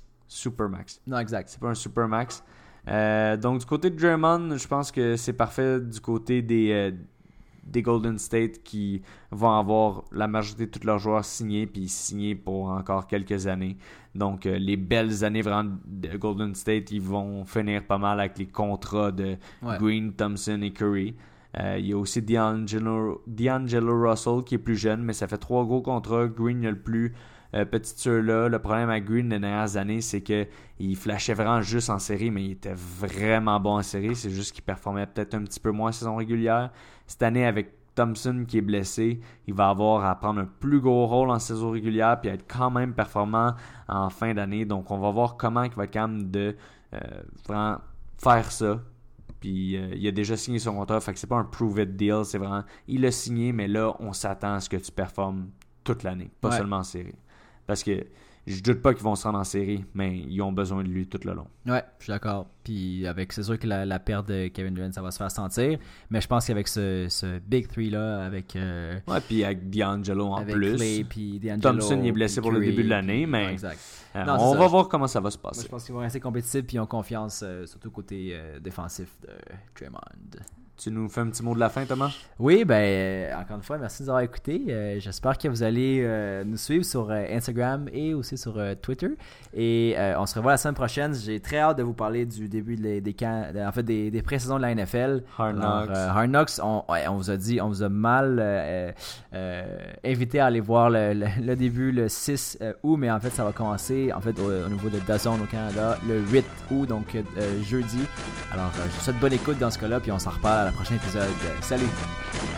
super max. Non, exact. C'est pas un super max. Euh, donc du côté de Draymond, je pense que c'est parfait du côté des, euh, des Golden State qui vont avoir la majorité de tous leurs joueurs signés, puis signés pour encore quelques années. Donc euh, les belles années vraiment de Golden State, ils vont finir pas mal avec les contrats de Ouais. Green, Thompson et Curry. Euh, il y a aussi D'Angelo, D'Angelo Russell qui est plus jeune, mais ça fait trois gros contrats. Green il a le plus euh, petit là. Le problème avec Green les dernières années, c'est qu'il flashait vraiment juste en série, mais il était vraiment bon en série. C'est juste qu'il performait peut-être un petit peu moins en saison régulière. Cette année, avec Thompson qui est blessé, il va avoir à prendre un plus gros rôle en saison régulière puis être quand même performant en fin d'année. Donc, on va voir comment il va être capable de euh, vraiment faire ça. Puis euh, il a déjà signé son contrat, fait que c'est pas un prove it deal, c'est vraiment il a signé, mais là on s'attend à ce que tu performes toute l'année, pas Ouais. seulement en série. Parce que je doute pas qu'ils vont se rendre en série, mais ils ont besoin de lui tout le long. Ouais, je suis d'accord. Puis avec, c'est sûr que la, la perte de Kevin Durant, ça va se faire sentir. Mais je pense qu'avec ce, ce Big Three là, avec, euh, Ouais, puis avec D'Angelo en avec plus. Clay puis D'Angelo, Thompson il est blessé puis pour le Curry, début de l'année, puis- mais ouais, exact. euh, Non, c'est on ça. va voir comment ça va se Moi, je passer. pense qu'ils vont rester compétitifs puis ils ont confiance, euh, surtout côté euh, défensif de Draymond. Tu nous fais un petit mot de la fin, Thomas? Oui, ben euh, encore une fois, merci de nous avoir écoutés. Euh, j'espère que vous allez euh, nous suivre sur euh, Instagram et aussi sur euh, Twitter. Et euh, on se revoit la semaine prochaine. J'ai très hâte de vous parler du début des, des camps, de- en fait des, des pré-saisons de la N F L. Hard Alors, Knocks. euh, Hard Knocks, on, ouais, on vous a dit, on vous a mal euh, euh, invité à aller voir le, le- le début le six août, mais en fait ça va commencer en fait au, au niveau de D A Z N au Canada le huit août, donc euh, jeudi. Alors euh, je vous souhaite bonne écoute dans ce cas-là, puis on s'en reparle à la prochaine épisode. Salut!